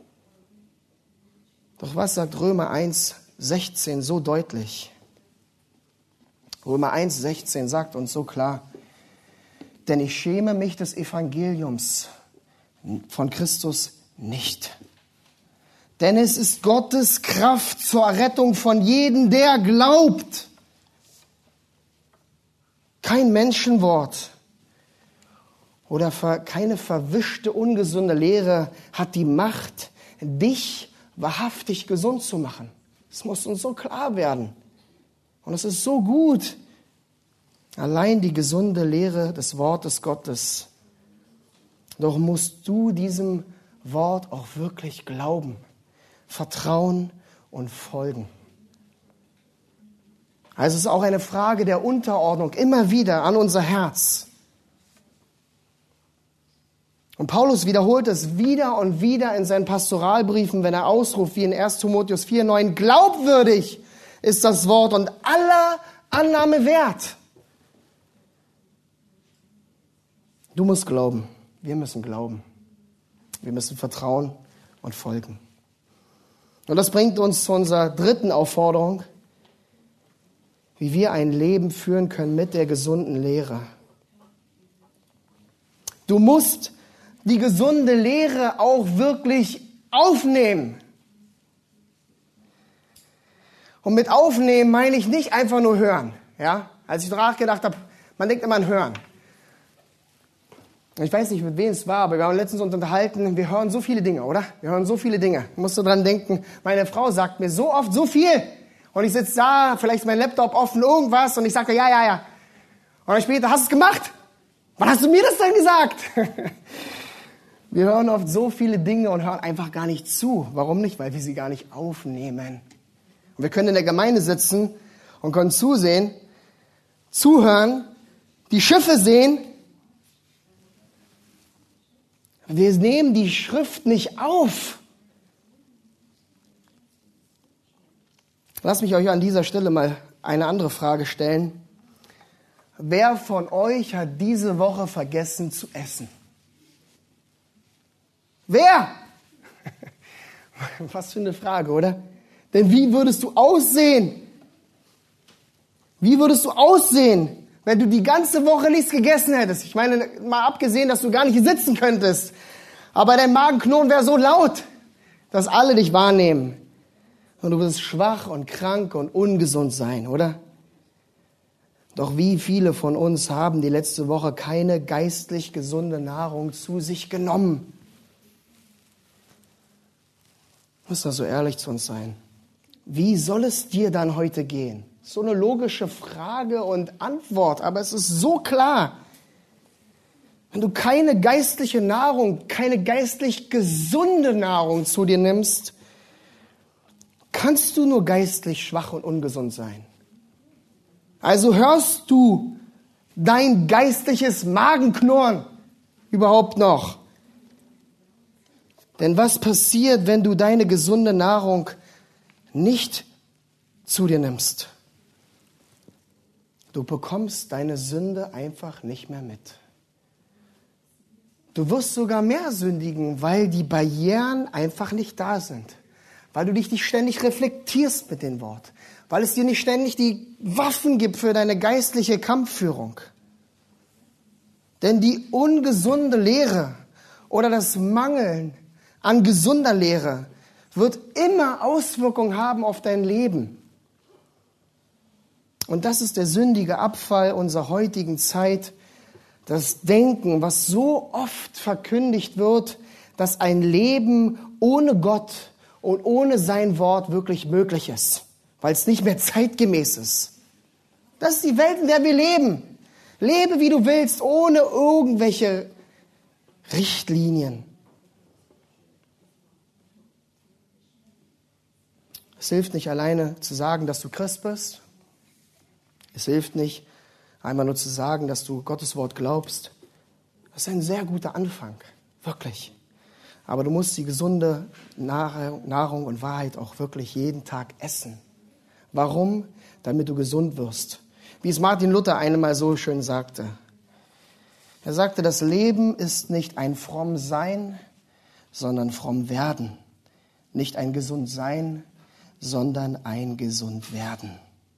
B: Doch was sagt Römer 1,16 so deutlich? Römer 1,16 sagt uns so klar, denn ich schäme mich des Evangeliums von Christus nicht. Denn es ist Gottes Kraft zur Errettung von jedem, der glaubt. Kein Menschenwort oder keine verwischte, ungesunde Lehre hat die Macht, dich wahrhaftig gesund zu machen. Das muss uns so klar werden. Und es ist so gut. Allein die gesunde Lehre des Wortes Gottes. Doch musst du diesem Wort auch wirklich glauben, vertrauen und folgen. Also es ist auch eine Frage der Unterordnung immer wieder an unser Herz. Und Paulus wiederholt es wieder und wieder in seinen Pastoralbriefen, wenn er ausruft, wie in 1. Timotheus 4,9, glaubwürdig ist das Wort und aller Annahme wert. Du musst glauben, wir müssen glauben. Wir müssen vertrauen und folgen. Und das bringt uns zu unserer dritten Aufforderung, wie wir ein Leben führen können mit der gesunden Lehre. Du musst die gesunde Lehre auch wirklich aufnehmen. Und mit aufnehmen meine ich nicht einfach nur hören. Ja? Als ich nachgedacht habe, man denkt immer an hören. Ich weiß nicht, mit wem es war, aber wir haben letztens uns unterhalten, wir hören so viele Dinge, oder? Wir hören so viele Dinge. Ich musste dran denken, meine Frau sagt mir so oft so viel. Und ich sitze da, vielleicht ist mein Laptop offen, irgendwas, und ich sage, ja. Und dann später, hast du es gemacht? Wann hast du mir das denn gesagt? Wir hören oft so viele Dinge und hören einfach gar nicht zu. Warum nicht? Weil wir sie gar nicht aufnehmen. Und wir können in der Gemeinde sitzen und können zusehen, zuhören, die Schiffe sehen. Wir nehmen die Schrift nicht auf. Lass mich euch an dieser Stelle mal eine andere Frage stellen. Wer von euch hat diese Woche vergessen zu essen? Wer? Was für eine Frage, oder? Denn wie würdest du aussehen? Wie würdest du aussehen, wenn du die ganze Woche nichts gegessen hättest? Ich meine, mal abgesehen, dass du gar nicht sitzen könntest. Aber dein Magenknurren wäre so laut, dass alle dich wahrnehmen. Und du wirst schwach und krank und ungesund sein, oder? Doch wie viele von uns haben die letzte Woche keine geistlich gesunde Nahrung zu sich genommen? Muss da so ehrlich zu uns sein. Wie soll es dir dann heute gehen? So eine logische Frage und Antwort, aber es ist so klar. Wenn du keine geistliche Nahrung, keine geistlich gesunde Nahrung zu dir nimmst, kannst du nur geistlich schwach und ungesund sein. Also hörst du dein geistliches Magenknurren überhaupt noch? Denn was passiert, wenn du deine gesunde Nahrung nicht zu dir nimmst? Du bekommst deine Sünde einfach nicht mehr mit. Du wirst sogar mehr sündigen, weil die Barrieren einfach nicht da sind. Weil du dich nicht ständig reflektierst mit dem Wort. Weil es dir nicht ständig die Waffen gibt für deine geistliche Kampfführung. Denn die ungesunde Lehre oder das Mangeln an gesunder Lehre wird immer Auswirkungen haben auf dein Leben. Und das ist der sündige Abfall unserer heutigen Zeit. Das Denken, was so oft verkündigt wird, dass ein Leben ohne Gott und ohne sein Wort wirklich möglich ist, weil es nicht mehr zeitgemäß ist. Das ist die Welt, in der wir leben. Lebe, wie du willst, ohne irgendwelche Richtlinien. Es hilft nicht alleine zu sagen, dass du Christ bist. Es hilft nicht, einmal nur zu sagen, dass du Gottes Wort glaubst. Das ist ein sehr guter Anfang, wirklich. Aber du musst die gesunde Nahrung und Wahrheit auch wirklich jeden Tag essen. Warum? Damit du gesund wirst. Wie es Martin Luther einmal so schön sagte. Er sagte, das Leben ist nicht ein fromm Sein, sondern fromm Werden. Nicht ein gesund Sein, sondern ein gesund Werden.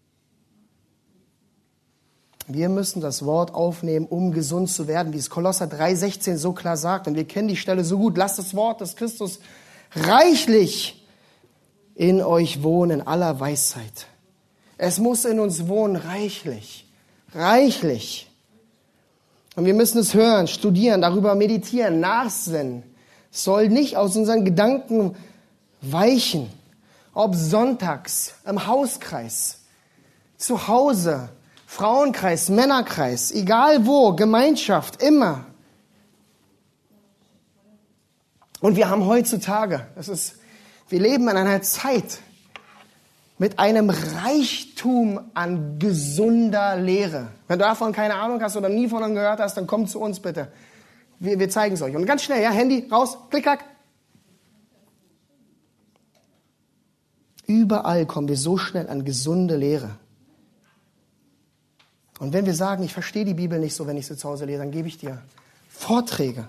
B: Wir müssen das Wort aufnehmen, um gesund zu werden, wie es Kolosser 3,16 so klar sagt. Und wir kennen die Stelle so gut. Lasst das Wort des Christus reichlich in euch wohnen, in aller Weisheit. Es muss in uns wohnen, reichlich. Reichlich. Und wir müssen es hören, studieren, darüber meditieren, nachsinnen. Es soll nicht aus unseren Gedanken weichen. Ob sonntags, im Hauskreis, zu Hause, Frauenkreis, Männerkreis, egal wo, Gemeinschaft, immer. Und wir haben heutzutage, wir leben in einer Zeit mit einem Reichtum an gesunder Lehre. Wenn du davon keine Ahnung hast oder nie von uns gehört hast, dann komm zu uns bitte. Wir zeigen es euch. Und ganz schnell, ja, Handy raus, klick, klack. Überall kommen wir so schnell an gesunde Lehre. Und wenn wir sagen, ich verstehe die Bibel nicht so, wenn ich sie zu Hause lese, dann gebe ich dir Vorträge.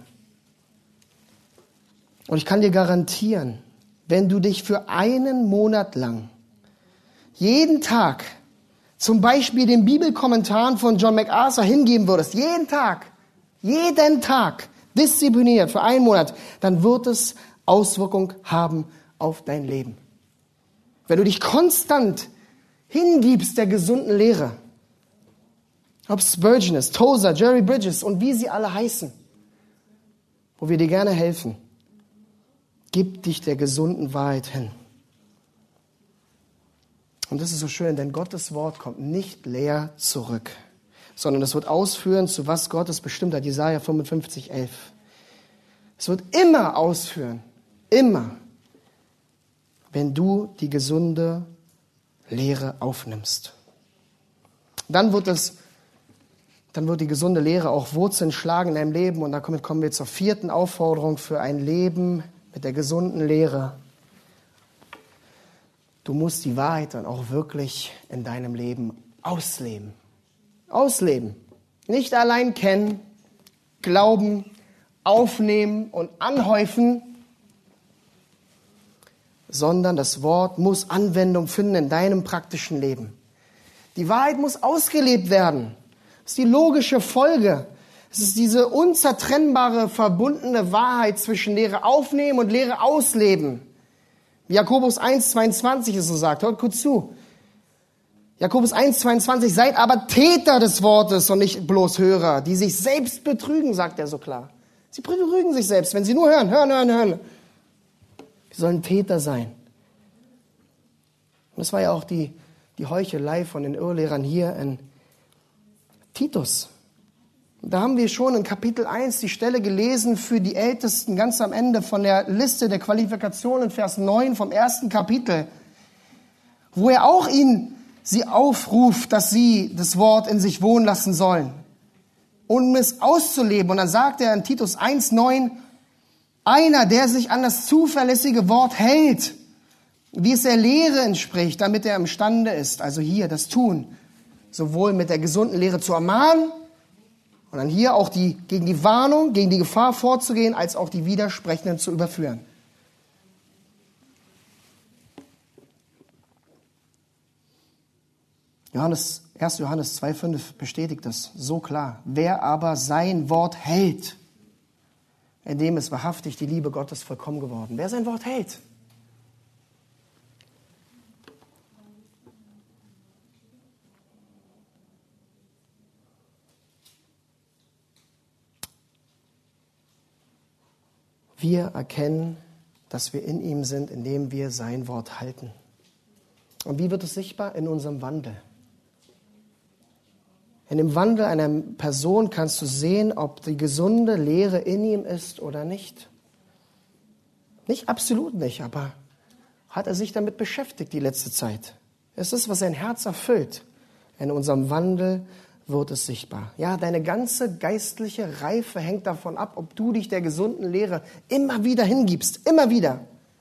B: Und ich kann dir garantieren, wenn du dich für einen Monat lang jeden Tag zum Beispiel den Bibelkommentaren von John MacArthur hingeben würdest, jeden Tag, diszipliniert für einen Monat, dann wird es Auswirkungen haben auf dein Leben. Wenn du dich konstant hingibst der gesunden Lehre, ob Spurgeon ist, Tozer, Jerry Bridges und wie sie alle heißen, wo wir dir gerne helfen, gib dich der gesunden Wahrheit hin. Und das ist so schön, denn Gottes Wort kommt nicht leer zurück, sondern es wird ausführen, zu was Gott es bestimmt hat. Jesaja 55,11. Es wird immer ausführen, immer, wenn du die gesunde Lehre aufnimmst. Dann wird die gesunde Lehre auch Wurzeln schlagen in deinem Leben. Und damit kommen wir zur 4. Aufforderung für ein Leben mit der gesunden Lehre. Du musst die Wahrheit dann auch wirklich in deinem Leben ausleben. Ausleben. Nicht allein kennen, glauben, aufnehmen und anhäufen, sondern das Wort muss Anwendung finden in deinem praktischen Leben. Die Wahrheit muss ausgelebt werden. Das ist die logische Folge. Es ist diese unzertrennbare, verbundene Wahrheit zwischen Lehre aufnehmen und Lehre ausleben. Wie Jakobus 1,22 es so sagt. Hört gut zu. Jakobus 1,22, seid aber Täter des Wortes und nicht bloß Hörer, die sich selbst betrügen, sagt er so klar. Sie betrügen sich selbst, wenn sie nur hören. Wir sollen Täter sein. Und das war ja auch die die Heuchelei von den Irrlehrern hier in Titus. Da haben wir schon in Kapitel 1 die Stelle gelesen für die Ältesten, ganz am Ende von der Liste der Qualifikationen, Vers 9 vom 1. Kapitel, wo er auch sie aufruft, dass sie das Wort in sich wohnen lassen sollen, um es auszuleben. Und dann sagt er in Titus 1,9, einer, der sich an das zuverlässige Wort hält, wie es der Lehre entspricht, damit er imstande ist, also hier das Tun, sowohl mit der gesunden Lehre zu ermahnen, und dann hier auch gegen die Warnung, gegen die Gefahr vorzugehen, als auch die Widersprechenden zu überführen. Johannes 2,5 bestätigt das so klar. Wer aber sein Wort hält, in dem ist wahrhaftig die Liebe Gottes vollkommen geworden. Wer sein Wort hält. Wir erkennen, dass wir in ihm sind, indem wir sein Wort halten. Und wie wird es sichtbar? In unserem Wandel. In dem Wandel einer Person kannst du sehen, ob die gesunde Lehre in ihm ist oder nicht. Nicht absolut nicht, aber hat er sich damit beschäftigt die letzte Zeit? Es ist, was sein Herz erfüllt. In unserem Wandel wird es sichtbar. Ja, deine ganze geistliche Reife hängt davon ab, ob du dich der gesunden Lehre immer wieder hingibst. Immer wieder.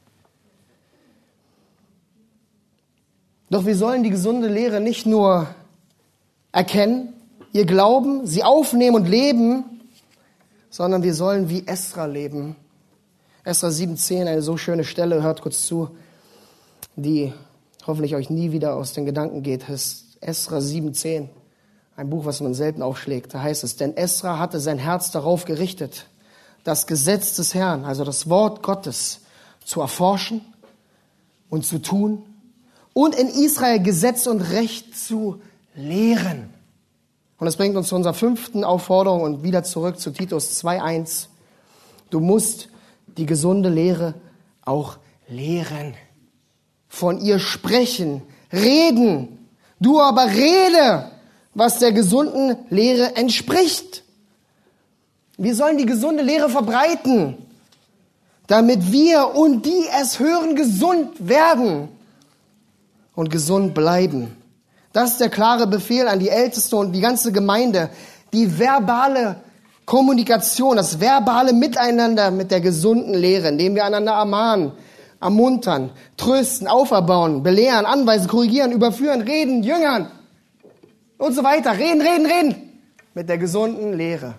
B: Doch wir sollen die gesunde Lehre nicht nur erkennen, ihr Glauben, sie aufnehmen und leben, sondern wir sollen wie Esra leben. Esra 7,10, eine so schöne Stelle, hört kurz zu, die hoffentlich euch nie wieder aus den Gedanken geht. Esra 7,10, ein Buch, was man selten aufschlägt. Da heißt es, denn Esra hatte sein Herz darauf gerichtet, das Gesetz des Herrn, also das Wort Gottes, zu erforschen und zu tun und in Israel Gesetz und Recht zu lehren. Und das bringt uns zu unserer 5. Aufforderung und wieder zurück zu Titus 2,1. Du musst die gesunde Lehre auch lehren. Von ihr sprechen, reden. Du aber rede, was der gesunden Lehre entspricht. Wir sollen die gesunde Lehre verbreiten, damit wir und die es hören gesund werden und gesund bleiben. Das ist der klare Befehl an die Ältesten und die ganze Gemeinde. Die verbale Kommunikation, das verbale Miteinander mit der gesunden Lehre, indem wir einander ermahnen, ermuntern, trösten, auferbauen, belehren, anweisen, korrigieren, überführen, reden, jüngern und so weiter. Reden mit der gesunden Lehre.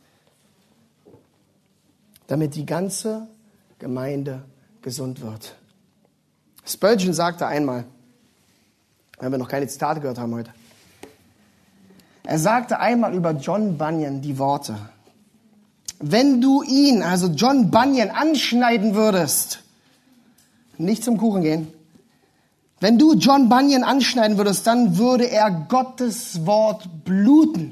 B: Damit die ganze Gemeinde gesund wird. Spurgeon sagte einmal, wenn wir noch keine Zitate gehört haben heute. Er sagte einmal über John Bunyan die Worte, wenn du ihn, also John Bunyan, anschneiden würdest, nicht zum Kuchen gehen, wenn du John Bunyan anschneiden würdest, dann würde er Gottes Wort bluten.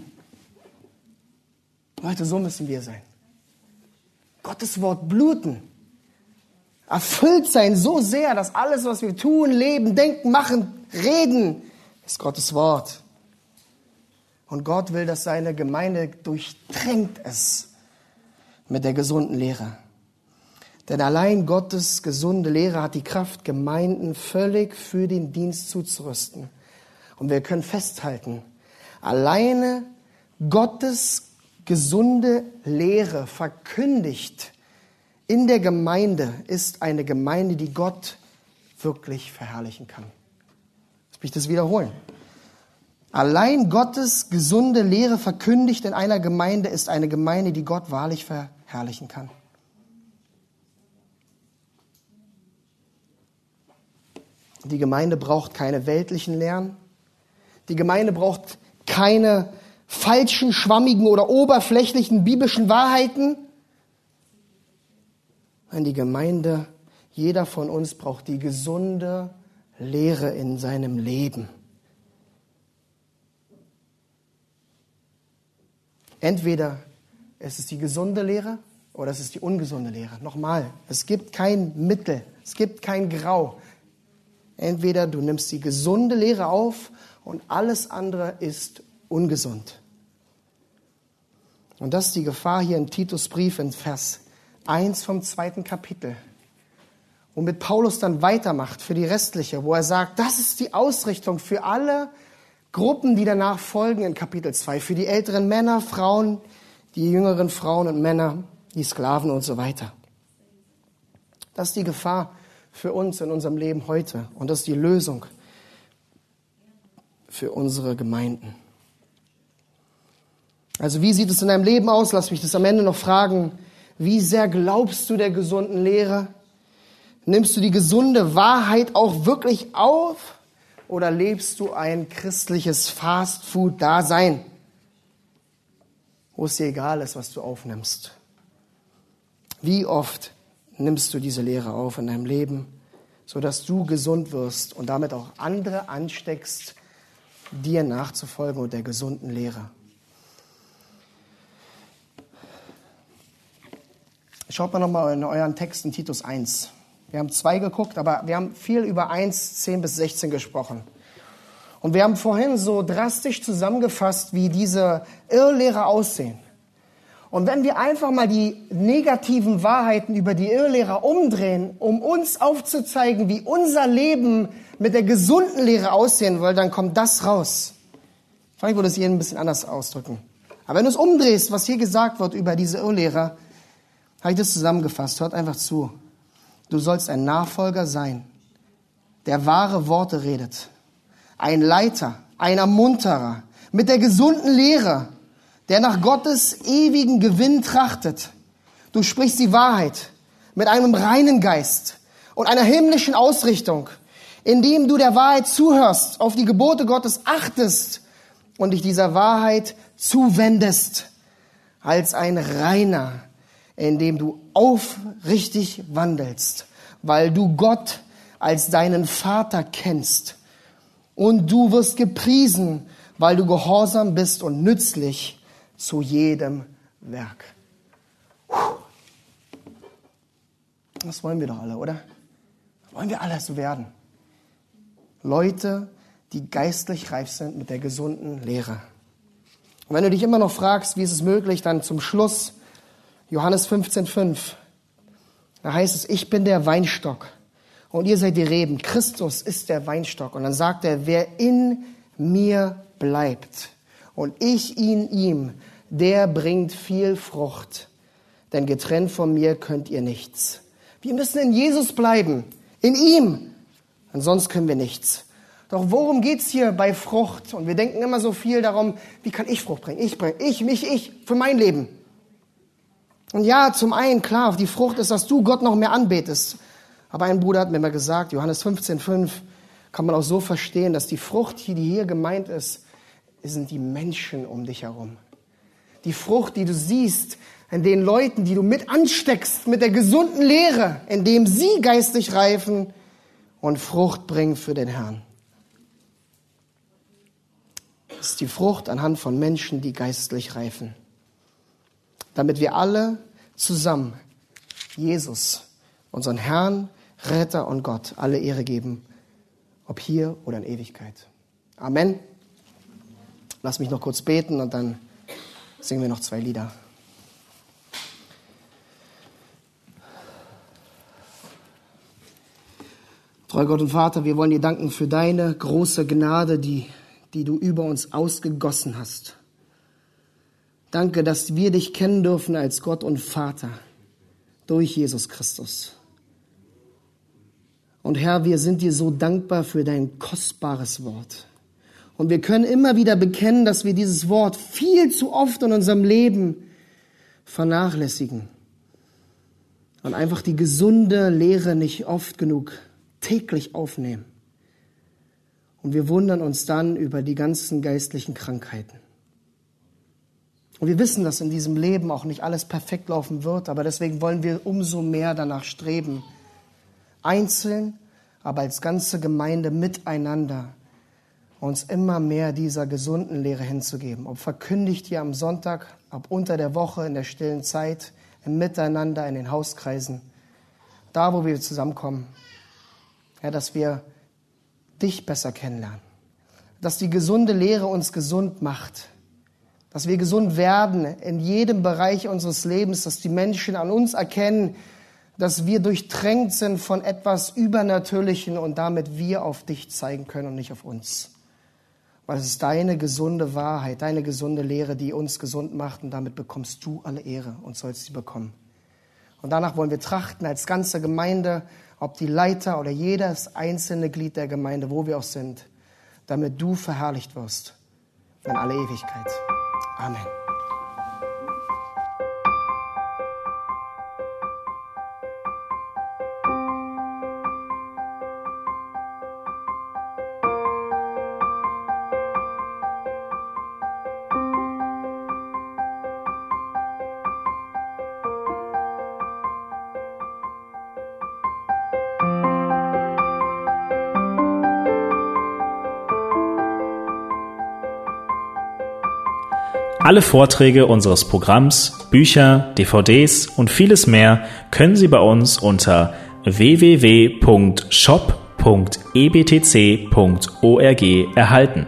B: Leute, so müssen wir sein. Gottes Wort bluten. Erfüllt sein so sehr, dass alles, was wir tun, leben, denken, machen, reden, ist Gottes Wort. Und Gott will, dass seine Gemeinde durchtränkt es mit der gesunden Lehre. Denn allein Gottes gesunde Lehre hat die Kraft, Gemeinden völlig für den Dienst zuzurüsten. Und wir können festhalten, alleine Gottes gesunde Lehre verkündigt in der Gemeinde ist eine Gemeinde, die Gott wirklich verherrlichen kann. Jetzt will ich das wiederholen. Allein Gottes gesunde Lehre verkündigt in einer Gemeinde ist eine Gemeinde, die Gott wahrlich verherrlichen kann. Die Gemeinde braucht keine weltlichen Lehren. Die Gemeinde braucht keine falschen, schwammigen oder oberflächlichen biblischen Wahrheiten. Nein, die Gemeinde, jeder von uns braucht die gesunde Lehre in seinem Leben. Entweder es ist die gesunde Lehre oder es ist die ungesunde Lehre. Nochmal, es gibt kein Mittel, es gibt kein Grau. Entweder du nimmst die gesunde Lehre auf und alles andere ist ungesund. Und das ist die Gefahr hier im Titusbrief in Vers 1 vom 2. Kapitel. Womit Paulus dann weitermacht für die restliche, wo er sagt, das ist die Ausrichtung für alle Gruppen, die danach folgen in Kapitel 2. Für die älteren Männer, Frauen, die jüngeren Frauen und Männer, die Sklaven und so weiter. Das ist die Gefahr für uns in unserem Leben heute. Und das ist die Lösung für unsere Gemeinden. Also wie sieht es in deinem Leben aus? Lass mich das am Ende noch fragen. Wie sehr glaubst du der gesunden Lehre? Nimmst du die gesunde Wahrheit auch wirklich auf? Oder lebst du ein christliches Fastfood-Dasein, wo es dir egal ist, was du aufnimmst? Wie oft nimmst du diese Lehre auf in deinem Leben, sodass du gesund wirst und damit auch andere ansteckst, dir nachzufolgen und der gesunden Lehre? Schaut mal nochmal in euren Text in Titus 1. Wir haben 2 geguckt, aber wir haben viel über 1, 10 bis 16 gesprochen. Und wir haben vorhin so drastisch zusammengefasst, wie diese Irrlehrer aussehen. Und wenn wir einfach mal die negativen Wahrheiten über die Irrlehrer umdrehen, um uns aufzuzeigen, wie unser Leben mit der gesunden Lehre aussehen will, dann kommt das raus. Vielleicht würde es jeden ein bisschen anders ausdrücken. Aber wenn du es umdrehst, was hier gesagt wird über diese Irrlehrer, habe ich das zusammengefasst. Hört einfach zu. Du sollst ein Nachfolger sein, der wahre Worte redet. Ein Leiter, ein Ermunterer mit der gesunden Lehre, der nach Gottes ewigen Gewinn trachtet. Du sprichst die Wahrheit mit einem reinen Geist und einer himmlischen Ausrichtung, indem du der Wahrheit zuhörst, auf die Gebote Gottes achtest und dich dieser Wahrheit zuwendest, als ein Reiner, indem du aufrichtig wandelst, weil du Gott als deinen Vater kennst. Und du wirst gepriesen, weil du gehorsam bist und nützlich zu jedem Werk. Das wollen wir doch alle, oder? Wollen wir alle so werden? Leute, die geistlich reif sind mit der gesunden Lehre. Und wenn du dich immer noch fragst, wie ist es möglich, dann zum Schluss Johannes 15,5, da heißt es, ich bin der Weinstock und ihr seid die Reben. Christus ist der Weinstock. Und dann sagt er, wer in mir bleibt und ich in ihm, der bringt viel Frucht. Denn getrennt von mir könnt ihr nichts. Wir müssen in Jesus bleiben, in ihm. Ansonsten können wir nichts. Doch worum geht's hier bei Frucht? Und wir denken immer so viel darum, wie kann ich Frucht bringen? Ich, für mein Leben. Und ja, zum einen, klar, die Frucht ist, dass du Gott noch mehr anbetest. Aber ein Bruder hat mir mal gesagt, Johannes 15,5, kann man auch so verstehen, dass die Frucht, die hier gemeint ist, sind die Menschen um dich herum. Die Frucht, die du siehst, in den Leuten, die du mit ansteckst, mit der gesunden Lehre, indem sie geistlich reifen und Frucht bringen für den Herrn. Das ist die Frucht anhand von Menschen, die geistlich reifen. Damit wir alle zusammen Jesus, unseren Herrn, Retter und Gott, alle Ehre geben, ob hier oder in Ewigkeit. Amen. Lass mich noch kurz beten und dann singen wir noch 2 Lieder. Treuer Gott und Vater, wir wollen dir danken für deine große Gnade, die du über uns ausgegossen hast. Danke, dass wir dich kennen dürfen als Gott und Vater durch Jesus Christus. Und Herr, wir sind dir so dankbar für dein kostbares Wort. Und wir können immer wieder bekennen, dass wir dieses Wort viel zu oft in unserem Leben vernachlässigen. Und einfach die gesunde Lehre nicht oft genug täglich aufnehmen. Und wir wundern uns dann über die ganzen geistlichen Krankheiten. Und wir wissen, dass in diesem Leben auch nicht alles perfekt laufen wird, aber deswegen wollen wir umso mehr danach streben, einzeln, aber als ganze Gemeinde miteinander uns immer mehr dieser gesunden Lehre hinzugeben. Ob verkündigt hier am Sonntag, ob unter der Woche in der stillen Zeit, im Miteinander, in den Hauskreisen, da wo wir zusammenkommen. Ja, dass wir dich besser kennenlernen. Dass die gesunde Lehre uns gesund macht. Dass wir gesund werden in jedem Bereich unseres Lebens, dass die Menschen an uns erkennen, dass wir durchtränkt sind von etwas Übernatürlichen und damit wir auf dich zeigen können und nicht auf uns. Weil es ist deine gesunde Wahrheit, deine gesunde Lehre, die uns gesund macht und damit bekommst du alle Ehre und sollst sie bekommen. Und danach wollen wir trachten als ganze Gemeinde, ob die Leiter oder jedes einzelne Glied der Gemeinde, wo wir auch sind, damit du verherrlicht wirst in alle Ewigkeit. Amen.
A: Alle Vorträge unseres Programms, Bücher, DVDs und vieles mehr können Sie bei uns unter www.shop.ebtc.org erhalten.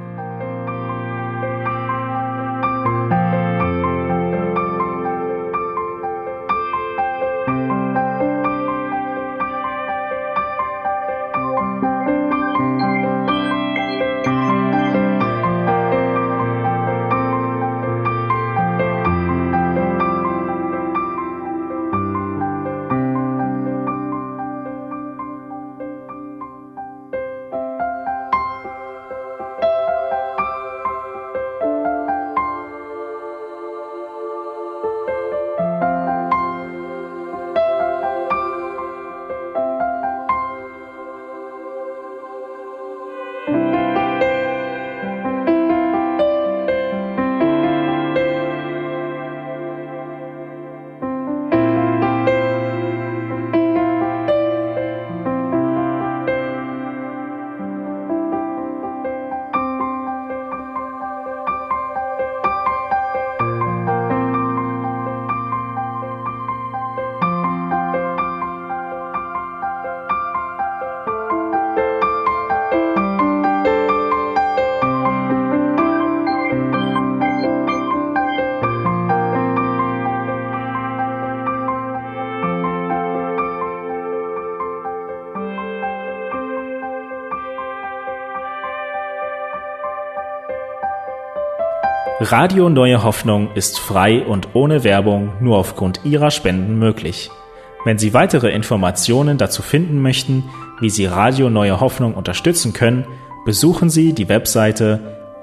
A: Radio Neue Hoffnung ist frei und ohne Werbung nur aufgrund Ihrer Spenden möglich. Wenn Sie weitere Informationen dazu finden möchten, wie Sie Radio Neue Hoffnung unterstützen können, besuchen Sie die Webseite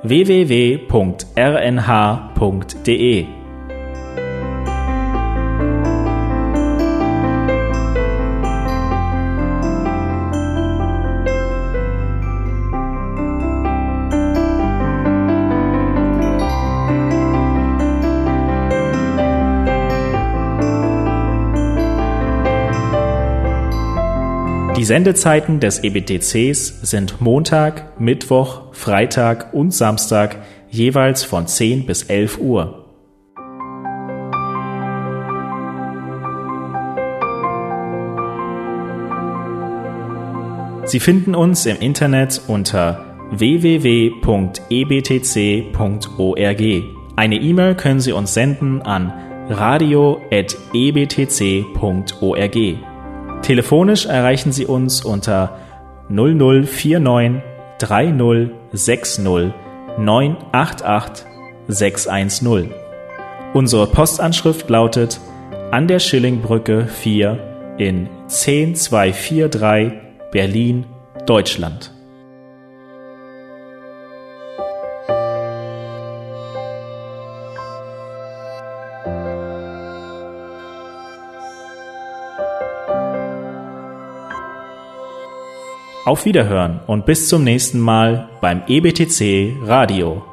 A: www.rnh.de. Die Sendezeiten des EBTCs sind Montag, Mittwoch, Freitag und Samstag jeweils von 10 bis 11 Uhr. Sie finden uns im Internet unter www.ebtc.org. Eine E-Mail können Sie uns senden an radio@ebtc.org. Telefonisch erreichen Sie uns unter 0049 3060 988 610. Unsere Postanschrift lautet an der Schillingbrücke 4 in 10243 Berlin, Deutschland. Auf Wiederhören und bis zum nächsten Mal beim EBTC Radio.